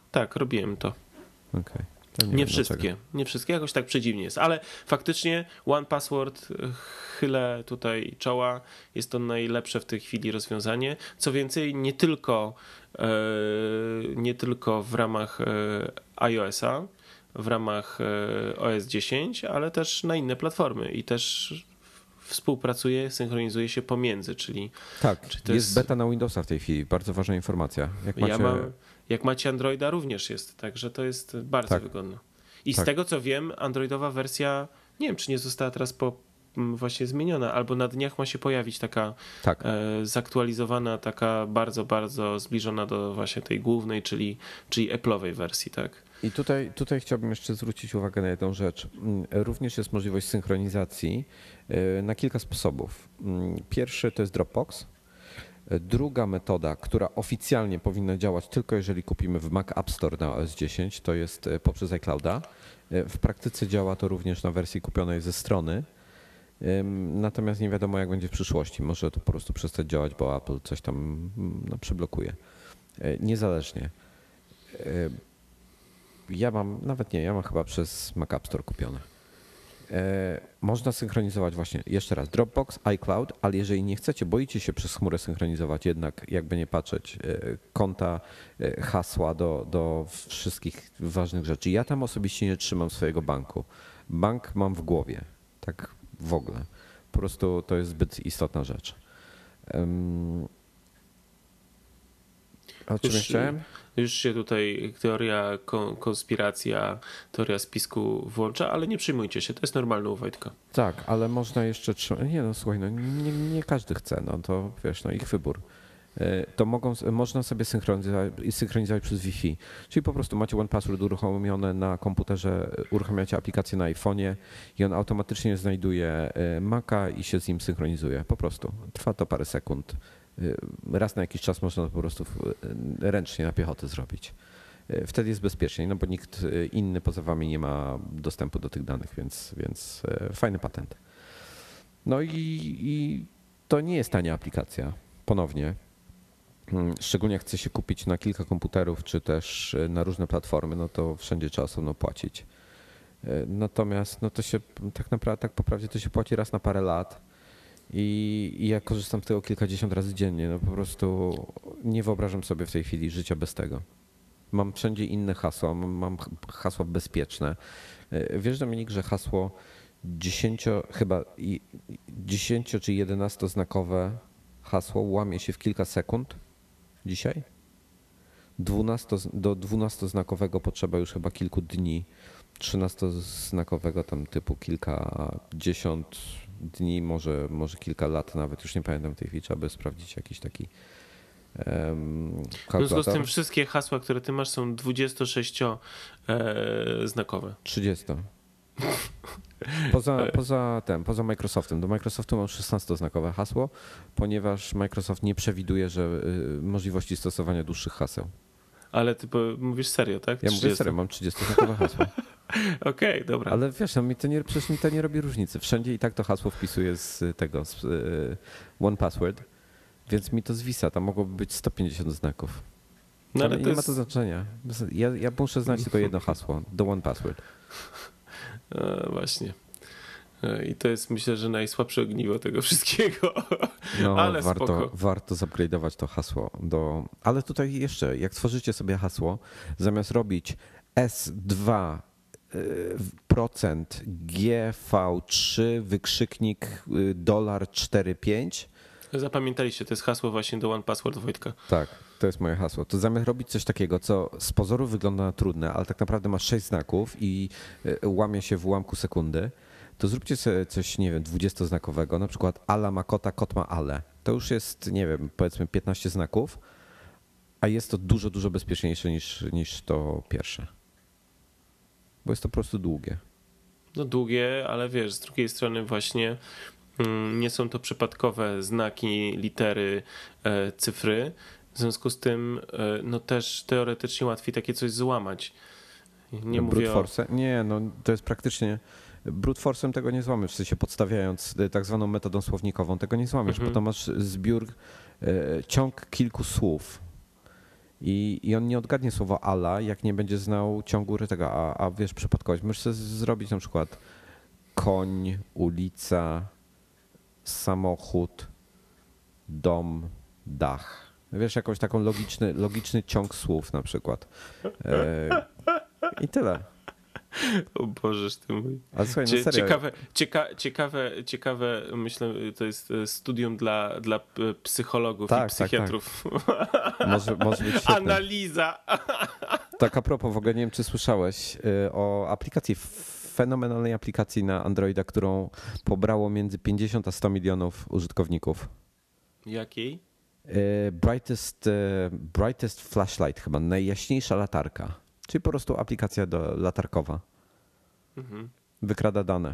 tak, robiłem to. Okej. Nie, nie wszystkie, nie wszystkie, jakoś tak przedziwnie jest, ale faktycznie one password, chylę tutaj czoła, jest to najlepsze w tej chwili rozwiązanie. Co więcej, nie tylko, nie tylko w ramach iOS-a, w ramach O S dziesięć, ale też na inne platformy i też współpracuje, synchronizuje się pomiędzy, czyli... Tak, czyli to jest, jest beta na Windowsa w tej chwili, bardzo ważna informacja. Jak macie... Ja mam, jak macie Androida również jest, także to jest bardzo tak. wygodne. I tak. z tego co wiem, androidowa wersja, nie wiem czy nie została teraz po, właśnie zmieniona, albo na dniach ma się pojawić taka tak. e, zaktualizowana, taka bardzo, bardzo zbliżona do właśnie tej głównej, czyli, czyli Apple'owej wersji, tak? I tutaj, tutaj chciałbym jeszcze zwrócić uwagę na jedną rzecz. Również jest możliwość synchronizacji na kilka sposobów. Pierwszy to jest Dropbox. Druga metoda, która oficjalnie powinna działać tylko jeżeli kupimy w Mac App Store na O S dziesięć, to jest poprzez iClouda. W praktyce działa to również na wersji kupionej ze strony. Natomiast nie wiadomo, jak będzie w przyszłości. Może to po prostu przestać działać, bo Apple coś tam no, przyblokuje. Niezależnie. Ja mam, nawet nie, ja mam chyba przez Mac App Store kupione. E, można synchronizować właśnie, jeszcze raz, Dropbox, iCloud, ale jeżeli nie chcecie, boicie się przez chmurę synchronizować, jednak jakby nie patrzeć, e, konta, e, hasła do, do wszystkich ważnych rzeczy. Ja tam osobiście nie trzymam swojego banku. Bank mam w głowie, tak w ogóle. Po prostu to jest zbyt istotna rzecz. Um, o czym Już- chciałem? Już się tutaj teoria ko- konspiracja, teoria spisku włącza, ale nie przejmujcie się, to jest normalne u Wojtka. Tak, ale można jeszcze trzymać. Nie no, słuchaj, no nie, nie każdy chce, no to wiesz, no ich wybór. E, To mogą, można sobie synchronizować, synchronizować przez Wi-Fi. Czyli po prostu macie one password uruchomione na komputerze, uruchamiacie aplikację na iPhone'ie i on automatycznie znajduje e, Maca i się z nim synchronizuje. Po prostu. Trwa to parę sekund. E, Raz na jakiś czas można to po prostu w- ręcznie na piechotę zrobić. E, Wtedy jest bezpieczniej, no bo nikt e, inny poza wami nie ma dostępu do tych danych, więc, więc e, fajny patent. No i, i to nie jest tania aplikacja, ponownie. Mm, Szczególnie jak chce się kupić na kilka komputerów, czy też e, na różne platformy, no to wszędzie trzeba osobno płacić. E, Natomiast no to się tak naprawdę, tak po prawdzie to się płaci raz na parę lat i, i ja korzystam z tego kilkadziesiąt razy dziennie. No po prostu nie wyobrażam sobie w tej chwili życia bez tego. Mam wszędzie inne hasła, mam, mam hasła bezpieczne. E, Wiesz, Dominik, że hasło dziesięcio, chyba i- dziesięcio czy jedenastoznakowe hasło łamie się w kilka sekund dzisiaj? dwunasto, do dwunastoznakowego potrzeba już chyba kilku dni. trzynastoznakowego tam typu kilkadziesiąt dni, może, może kilka lat nawet, już nie pamiętam w tej chwili, trzeba by sprawdzić jakiś taki um, W związku z kalkulator. tym wszystkie hasła, które ty masz, są dwudziestosześcioznakowe. trzydzieści. Poza, poza tym, poza Microsoftem. Do Microsoftu mam szesnastoznakowe hasło, ponieważ Microsoft nie przewiduje, że y, możliwości stosowania dłuższych haseł. Ale ty po- mówisz serio, tak? Ja mówię trzydzieści. serio, mam trzydziestoznakowe hasło. Okej, dobra. Ale wiesz, no mi to nie, przecież mi to nie robi różnicy. Wszędzie i tak to hasło wpisuję z tego, z y, one password, więc mi to zwisa. Tam mogłoby być sto pięćdziesiąt znaków. No, ale ale nie to ma jest... to znaczenia. Ja, ja muszę znać tylko jedno hasło, do one password. E, właśnie. E, I to jest, myślę, że najsłabsze ogniwo tego wszystkiego. No, Ale warto, spoko. warto upgrade'ować to hasło. Do... Ale tutaj jeszcze, jak tworzycie sobie hasło, zamiast robić S dwa procent G V trzy wykrzyknik y, dolar cztery pięć. Zapamiętaliście, to jest hasło właśnie do One Password Wojtka. Tak, to jest moje hasło. To zamiast robić coś takiego, co z pozoru wygląda na trudne, ale tak naprawdę ma sześć znaków i y, łamie się w ułamku sekundy, to zróbcie sobie coś, nie wiem, dwudziestoznakowego, na przykład Ala ma kota, kot ma ale. To już jest, nie wiem, powiedzmy piętnaście znaków, a jest to dużo, dużo bezpieczniejsze niż, niż to pierwsze. Bo jest to po prostu długie. No długie, ale wiesz, z drugiej strony właśnie mm, nie są to przypadkowe znaki, litery, e, cyfry. W związku z tym e, no też teoretycznie łatwiej takie coś złamać. Nie mówię Brute o... force? Nie, no to jest praktycznie... Brute force'em tego nie złamiesz, w sensie podstawiając tak zwaną metodą słownikową, tego nie złamiesz, Mhm. bo to masz zbiór, e, ciąg kilku słów I, I on nie odgadnie słowa ala, jak nie będzie znał ciągu tego, a, a wiesz, przypadkowość. Możesz sobie zrobić na przykład koń, ulica, samochód, dom, dach. Wiesz, jakąś taką logiczny, logiczny ciąg słów na przykład. E, I tyle. O Bożeż ty mój. Ale słuchaj, no Cie, serio. ciekawe, cieka, ciekawe, ciekawe, myślę, to jest studium dla, dla psychologów Tak, i psychiatrów. Tak, tak. Może, może być świetne. Analiza. Tak a propos, w ogóle nie wiem, czy słyszałeś y, o aplikacji, fenomenalnej aplikacji na Androida, którą pobrało między pięćdziesiąt a sto milionów użytkowników. Jakiej? Y, Brightest, y, brightest Flashlight chyba, najjaśniejsza latarka. Czyli po prostu aplikacja do, latarkowa. Mhm. Wykrada dane.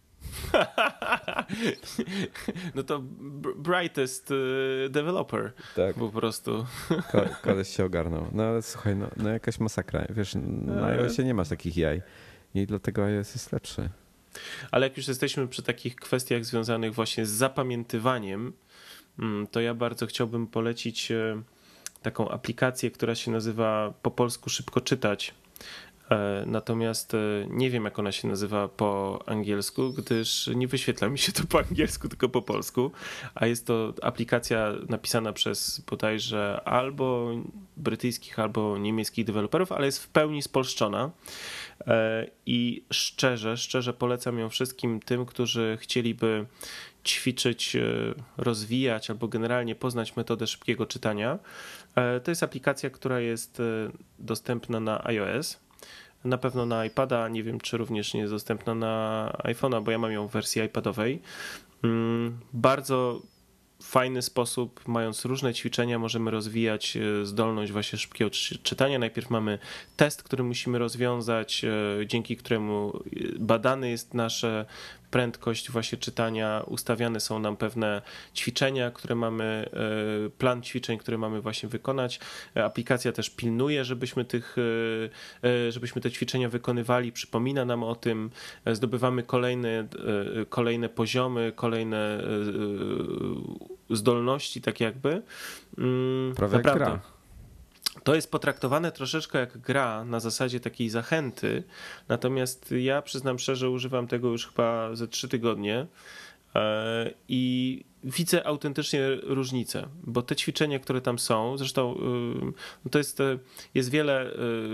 No to brightest developer. Tak. Po prostu. Ko- koleś się ogarnął. No ale słuchaj, no, no jakaś masakra. Wiesz, na iOSie nie masz takich jaj i dlatego iOS jest lepszy. Ale jak już jesteśmy przy takich kwestiach związanych właśnie z zapamiętywaniem, to ja bardzo chciałbym polecić taką aplikację, która się nazywa po polsku Szybko Czytać. Natomiast nie wiem, jak ona się nazywa po angielsku, gdyż nie wyświetla mi się to po angielsku, tylko po polsku. A jest to aplikacja napisana przez bodajże albo brytyjskich, albo niemieckich deweloperów, ale jest w pełni spolszczona. I szczerze, szczerze polecam ją wszystkim tym, którzy chcieliby ćwiczyć, rozwijać albo generalnie poznać metodę szybkiego czytania. To jest aplikacja, która jest dostępna na iOS, na pewno na iPada, nie wiem, czy również nie jest dostępna na iPhone'a, bo ja mam ją w wersji iPadowej. Bardzo fajny sposób, mając różne ćwiczenia, możemy rozwijać zdolność właśnie szybkiego czytania. Najpierw mamy test, który musimy rozwiązać, dzięki któremu badany jest nasze prędkość właśnie czytania, ustawiane są nam pewne ćwiczenia, które mamy, plan ćwiczeń, które mamy właśnie wykonać. Aplikacja też pilnuje, żebyśmy tych, żebyśmy te ćwiczenia wykonywali, przypomina nam o tym, zdobywamy kolejne, kolejne poziomy, kolejne zdolności, tak jakby. Prawie jak gra. To jest potraktowane troszeczkę jak gra na zasadzie takiej zachęty, natomiast ja przyznam szczerze, używam tego już chyba ze trzy tygodnie i widzę autentycznie różnicę, bo te ćwiczenia, które tam są, zresztą to jest, jest wiele,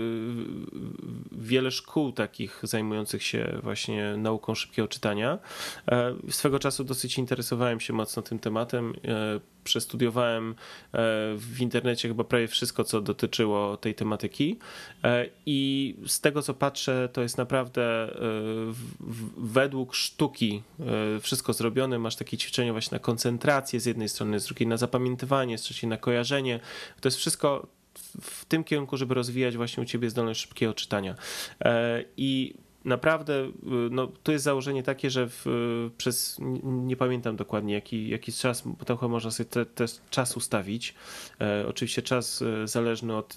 wiele szkół takich zajmujących się właśnie nauką szybkiego czytania. Swego czasu dosyć interesowałem się mocno tym tematem. Przestudiowałem w internecie chyba prawie wszystko, co dotyczyło tej tematyki i z tego, co patrzę, to jest naprawdę według sztuki wszystko zrobione. Masz takie ćwiczenia właśnie na koncentrację z jednej strony, z drugiej na zapamiętywanie, z trzeciej na kojarzenie. To jest wszystko w tym kierunku, żeby rozwijać właśnie u ciebie zdolność szybkiego czytania. I naprawdę, no, to jest założenie takie, że w, przez, nie pamiętam dokładnie jaki, jaki czas, bo tam chyba można sobie te, te czas ustawić. E, oczywiście czas zależny od,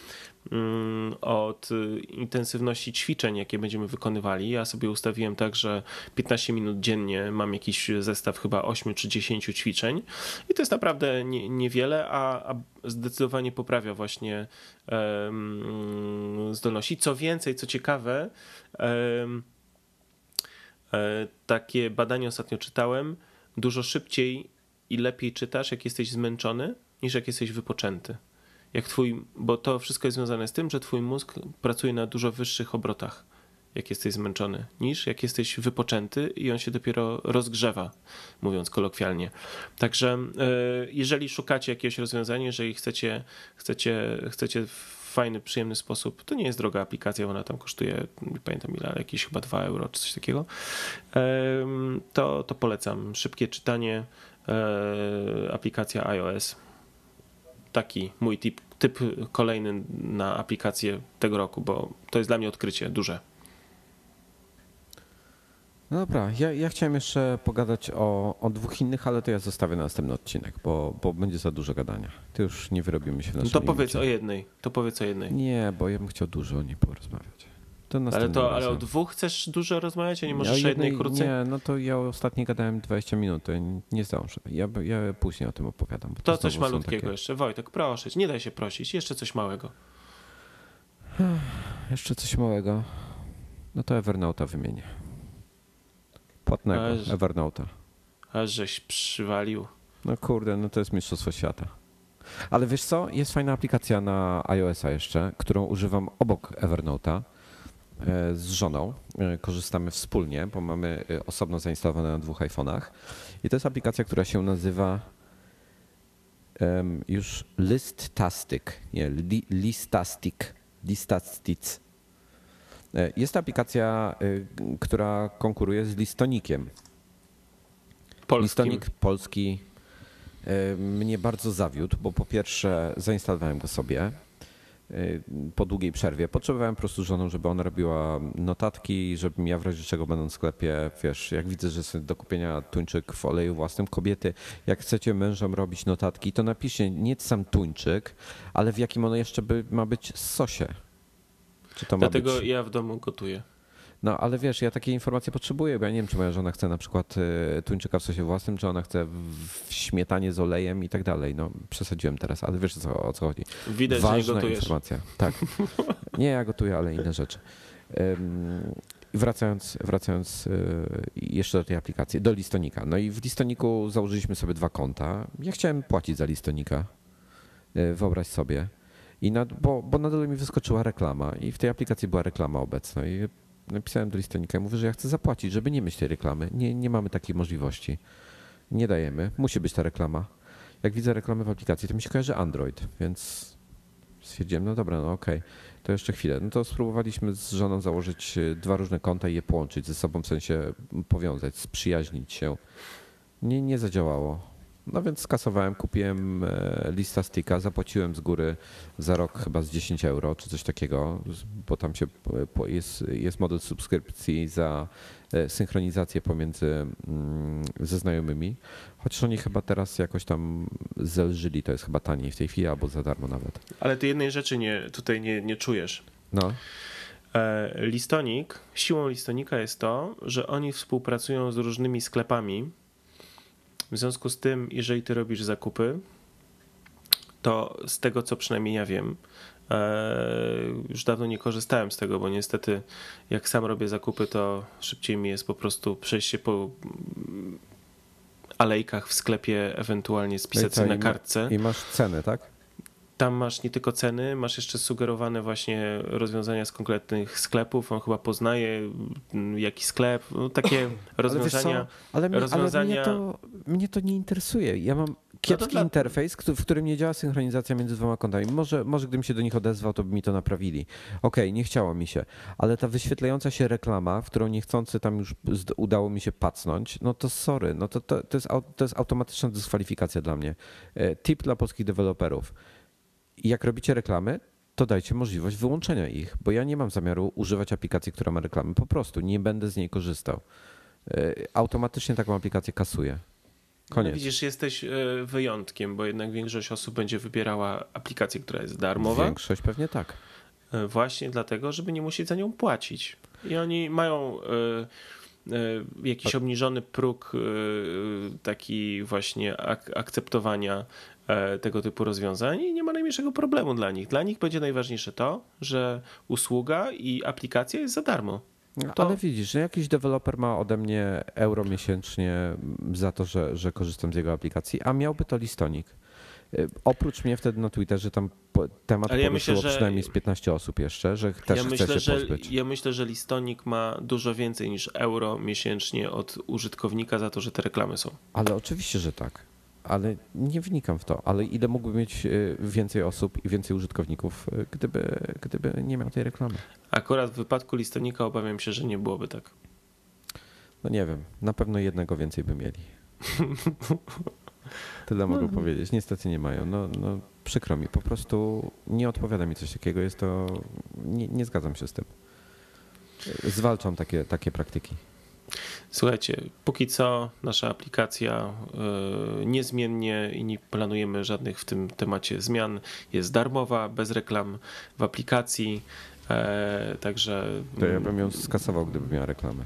od intensywności ćwiczeń, jakie będziemy wykonywali. Ja sobie ustawiłem tak, że piętnaście minut dziennie mam jakiś zestaw chyba osiem czy dziesięć ćwiczeń i to jest naprawdę nie, niewiele, a, a zdecydowanie poprawia właśnie um, zdolności. Co więcej, co ciekawe, um, e, takie badanie ostatnio czytałem, dużo szybciej i lepiej czytasz, jak jesteś zmęczony, niż jak jesteś wypoczęty. Jak twój, bo to wszystko jest związane z tym, że twój mózg pracuje na dużo wyższych obrotach, jak jesteś zmęczony, niż jak jesteś wypoczęty i on się dopiero rozgrzewa, mówiąc kolokwialnie. Także jeżeli szukacie jakiegoś rozwiązania, jeżeli chcecie, chcecie, chcecie w fajny, przyjemny sposób, to nie jest droga aplikacja, ona tam kosztuje, nie pamiętam ile, ale jakieś chyba dwa euro czy coś takiego, to, to polecam. Szybkie czytanie, aplikacja iOS. Taki mój typ, typ kolejny na aplikację tego roku, bo to jest dla mnie odkrycie duże. No dobra, ja, ja chciałem jeszcze pogadać o, o dwóch innych, ale to ja zostawię na następny odcinek, bo, bo będzie za dużo gadania. To już nie wyrobimy się w naszym To powiedz limicie. o jednej, to powiedz o jednej. Nie, bo ja bym chciał dużo o niej porozmawiać. To Ale następnym to, ale razem. o dwóch chcesz dużo rozmawiać, a nie możesz Ja o jednej jednej- krócej? Nie, no to ja ostatnio gadałem dwadzieścia minut, to nie zdążę. Ja, ja później o tym opowiadam. Bo To znowu coś są malutkiego takie- jeszcze. Wojtek, proszę cię, nie daj się prosić. Jeszcze coś małego. Jeszcze coś małego. No to Evernota wymienię. Płatnego Aż- Evernota. Aż żeś przywalił. No kurde, no to jest mistrzostwo świata. Ale wiesz co, jest fajna aplikacja na iOS-a jeszcze, którą używam obok Evernota e, z żoną. E, Korzystamy wspólnie, bo mamy e, osobno zainstalowane na dwóch iPhone'ach. I to jest aplikacja, która się nazywa em, już Listastic. Nie, li, Listastic. Listastic. E, Jest to aplikacja, e, która konkuruje z Listonikiem. Polskim. Listonik polski y, mnie bardzo zawiódł, bo po pierwsze zainstalowałem go sobie y, po długiej przerwie. Potrzebowałem po prostu żoną, żeby ona robiła notatki, żebym ja w razie czego będąc w sklepie, wiesz, jak widzę, że jest do kupienia tuńczyk w oleju własnym, kobiety, jak chcecie mężom robić notatki, to napiszcie nie sam tuńczyk, ale w jakim ono jeszcze by, ma być sosie. Czy to ma Dlatego być... ja w domu gotuję. No ale wiesz, ja takie informacje potrzebuję, bo ja nie wiem, czy moja żona chce na przykład y, tuńczyka w sosie własnym, czy ona chce w śmietanie z olejem i tak dalej. No przesadziłem teraz, ale wiesz o co, o co chodzi. Widać, że nie Ważna gotujesz. informacja. Tak. Nie, ja gotuję, ale inne rzeczy. Ym, I wracając, wracając y, jeszcze do tej aplikacji, do Listonika. No i w Listoniku założyliśmy sobie dwa konta. Ja chciałem płacić za Listonika, y, wyobraź sobie. I na, bo, bo na dole mi wyskoczyła reklama i w tej aplikacji była reklama obecna. I napisałem do Listonika i mówię, że ja chcę zapłacić, żeby nie mieć tej reklamy. Nie, nie mamy takiej możliwości. Nie dajemy. Musi być ta reklama. Jak widzę reklamę w aplikacji, to mi się kojarzy Android, więc stwierdziłem, no dobra, no okej, to jeszcze chwilę. No to spróbowaliśmy z żoną założyć y, dwa różne konta i je połączyć ze sobą, w sensie powiązać, sprzyjaźnić się. Nie, nie zadziałało. No więc skasowałem, kupiłem e, Listastica, zapłaciłem z góry za rok chyba z dziesięć euro czy coś takiego, z- bo tam się po- po- jest, jest model subskrypcji za e, synchronizację pomiędzy mm, ze znajomymi, chociaż oni chyba teraz jakoś tam zelżyli, to jest chyba taniej w tej chwili albo za darmo nawet. Ale ty jednej rzeczy nie, tutaj nie, nie czujesz. No, E, Listonik, siłą Listonika jest to, że oni współpracują z różnymi sklepami. W związku z tym, jeżeli ty robisz zakupy, to z tego, co przynajmniej ja wiem, e, już dawno nie korzystałem z tego, bo niestety jak sam robię zakupy, to szybciej mi jest po prostu przejść się po mm, alejkach w sklepie, ewentualnie spisać co, sobie na i ma- kartce. i masz cenę, tak? Tam masz nie tylko ceny, masz jeszcze sugerowane właśnie rozwiązania z konkretnych sklepów. On chyba poznaje mm, jaki sklep, no, takie rozwiązania. Ale, wiesz co? ale, mnie, ale rozwiązania- mnie, to, mnie to nie interesuje. Ja mam kiepski dla- interfejs, któ- w którym nie działa synchronizacja między dwoma kontami. Może, może gdybym się do nich odezwał, to by mi to naprawili. Okej, nie chciało mi się, ale ta wyświetlająca się reklama, w którą niechcący tam już zd- udało mi się pacnąć, no to sorry, no to, to, to, jest, au- to jest automatyczna dyskwalifikacja dla mnie. E, Tip dla polskich deweloperów. Jak robicie reklamy, to dajcie możliwość wyłączenia ich, bo ja nie mam zamiaru używać aplikacji, która ma reklamy. Po prostu nie będę z niej korzystał. E, Automatycznie taką aplikację kasuję. No Koniec. widzisz, jesteś e, wyjątkiem, bo jednak większość osób będzie wybierała aplikację, która jest darmowa. Większość pewnie tak. e, Właśnie dlatego, żeby nie musieć za nią płacić. I oni mają e, e, jakiś obniżony próg e, taki właśnie ak- akceptowania e, tego typu rozwiązań i nie ma najmniejszego problemu dla nich. Dla nich będzie najważniejsze to, że usługa i aplikacja jest za darmo. To- Ale widzisz, że jakiś deweloper ma ode mnie euro miesięcznie za to, że, że korzystam z jego aplikacji, a miałby to Listonik. Y, Oprócz mnie wtedy na Twitterze tam po- temat Ale ja poruszyło myślę, że- przynajmniej z piętnaście osób jeszcze, że też ja chce myślę, się że, pozbyć. ja myślę, że Listonik ma dużo więcej niż euro miesięcznie od użytkownika za to, że te reklamy są. Ale oczywiście, że tak. Ale nie wnikam w to. Ale ile mógłby mieć y, więcej osób i więcej użytkowników, y, gdyby, gdyby nie miał tej reklamy? Akurat w wypadku Listonika obawiam się, że nie byłoby tak. No nie wiem, na pewno jednego więcej by mieli. Tyle mogę powiedzieć. Niestety nie mają. No, no przykro mi, po prostu nie odpowiada mi coś takiego. Jest to. Nie, nie zgadzam się z tym. Zwalczam takie, takie praktyki. Słuchajcie, póki co nasza aplikacja y, niezmiennie i nie planujemy żadnych w tym temacie zmian. Jest darmowa, bez reklam w aplikacji. E, także... To ja bym ją skasował, gdybym miał reklamę.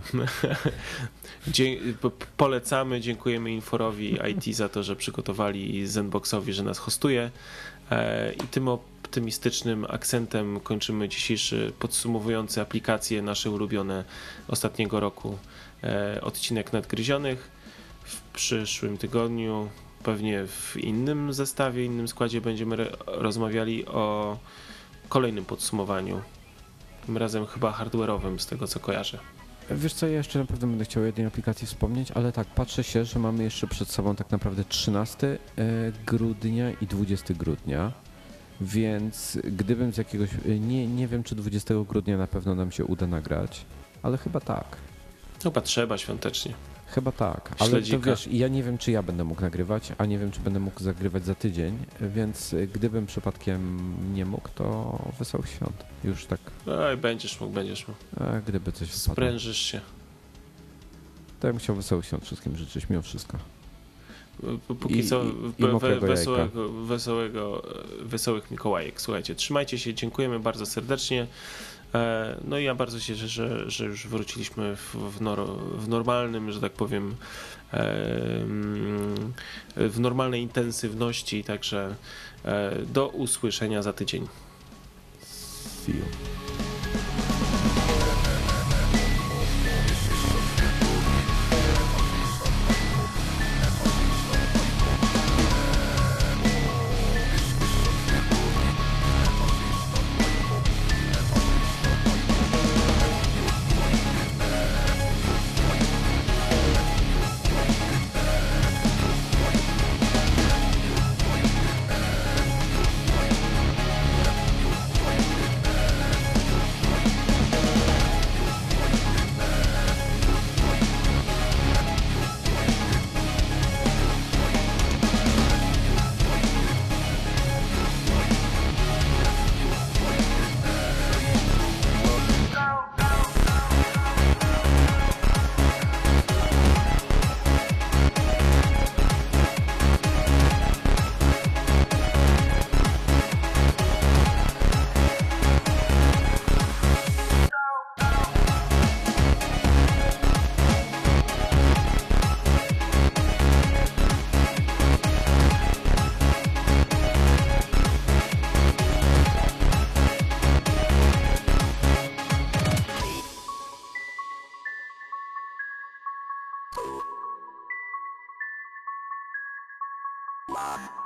Dzie- po- polecamy, dziękujemy Inforowi I T za to, że przygotowali i Zenboxowi, że nas hostuje. E, I tym optymistycznym akcentem kończymy dzisiejszy podsumowujący aplikacje nasze ulubione ostatniego roku e, odcinek Nadgryzionych. W przyszłym tygodniu, pewnie w innym zestawie, innym składzie będziemy re- rozmawiali o kolejnym podsumowaniu. Tym razem chyba hardware'owym, z tego co kojarzę. Wiesz co, ja jeszcze na pewno będę chciał o jednej aplikacji wspomnieć, ale tak, patrzę się, że mamy jeszcze przed sobą tak naprawdę trzynastego grudnia i dwudziestego grudnia, więc gdybym z jakiegoś, nie, nie wiem czy dwudziestego grudnia na pewno nam się uda nagrać, ale chyba tak. Chyba trzeba świątecznie. Chyba tak, ale Śledzika. to wiesz, ja nie wiem czy ja będę mógł nagrywać, a nie wiem czy będę mógł zagrywać za tydzień, więc gdybym przypadkiem nie mógł, to wesołych świąt. Już tak, Oj, będziesz mógł, będziesz mógł. a gdyby coś wpadło, Sprężysz się. to ja bym chciał wesołych świąt wszystkim życzyć, mimo wszystko. Póki I- co i- i we, mokrego jajka. wesołego, wesołego, wesołych Mikołajek. Słuchajcie, trzymajcie się, dziękujemy bardzo serdecznie. E, No i ja bardzo się cieszę, że, że już wróciliśmy w, w, nor, w normalnym, że tak powiem, e, mm, w normalnej intensywności, także e, do usłyszenia za tydzień. See you. Bye.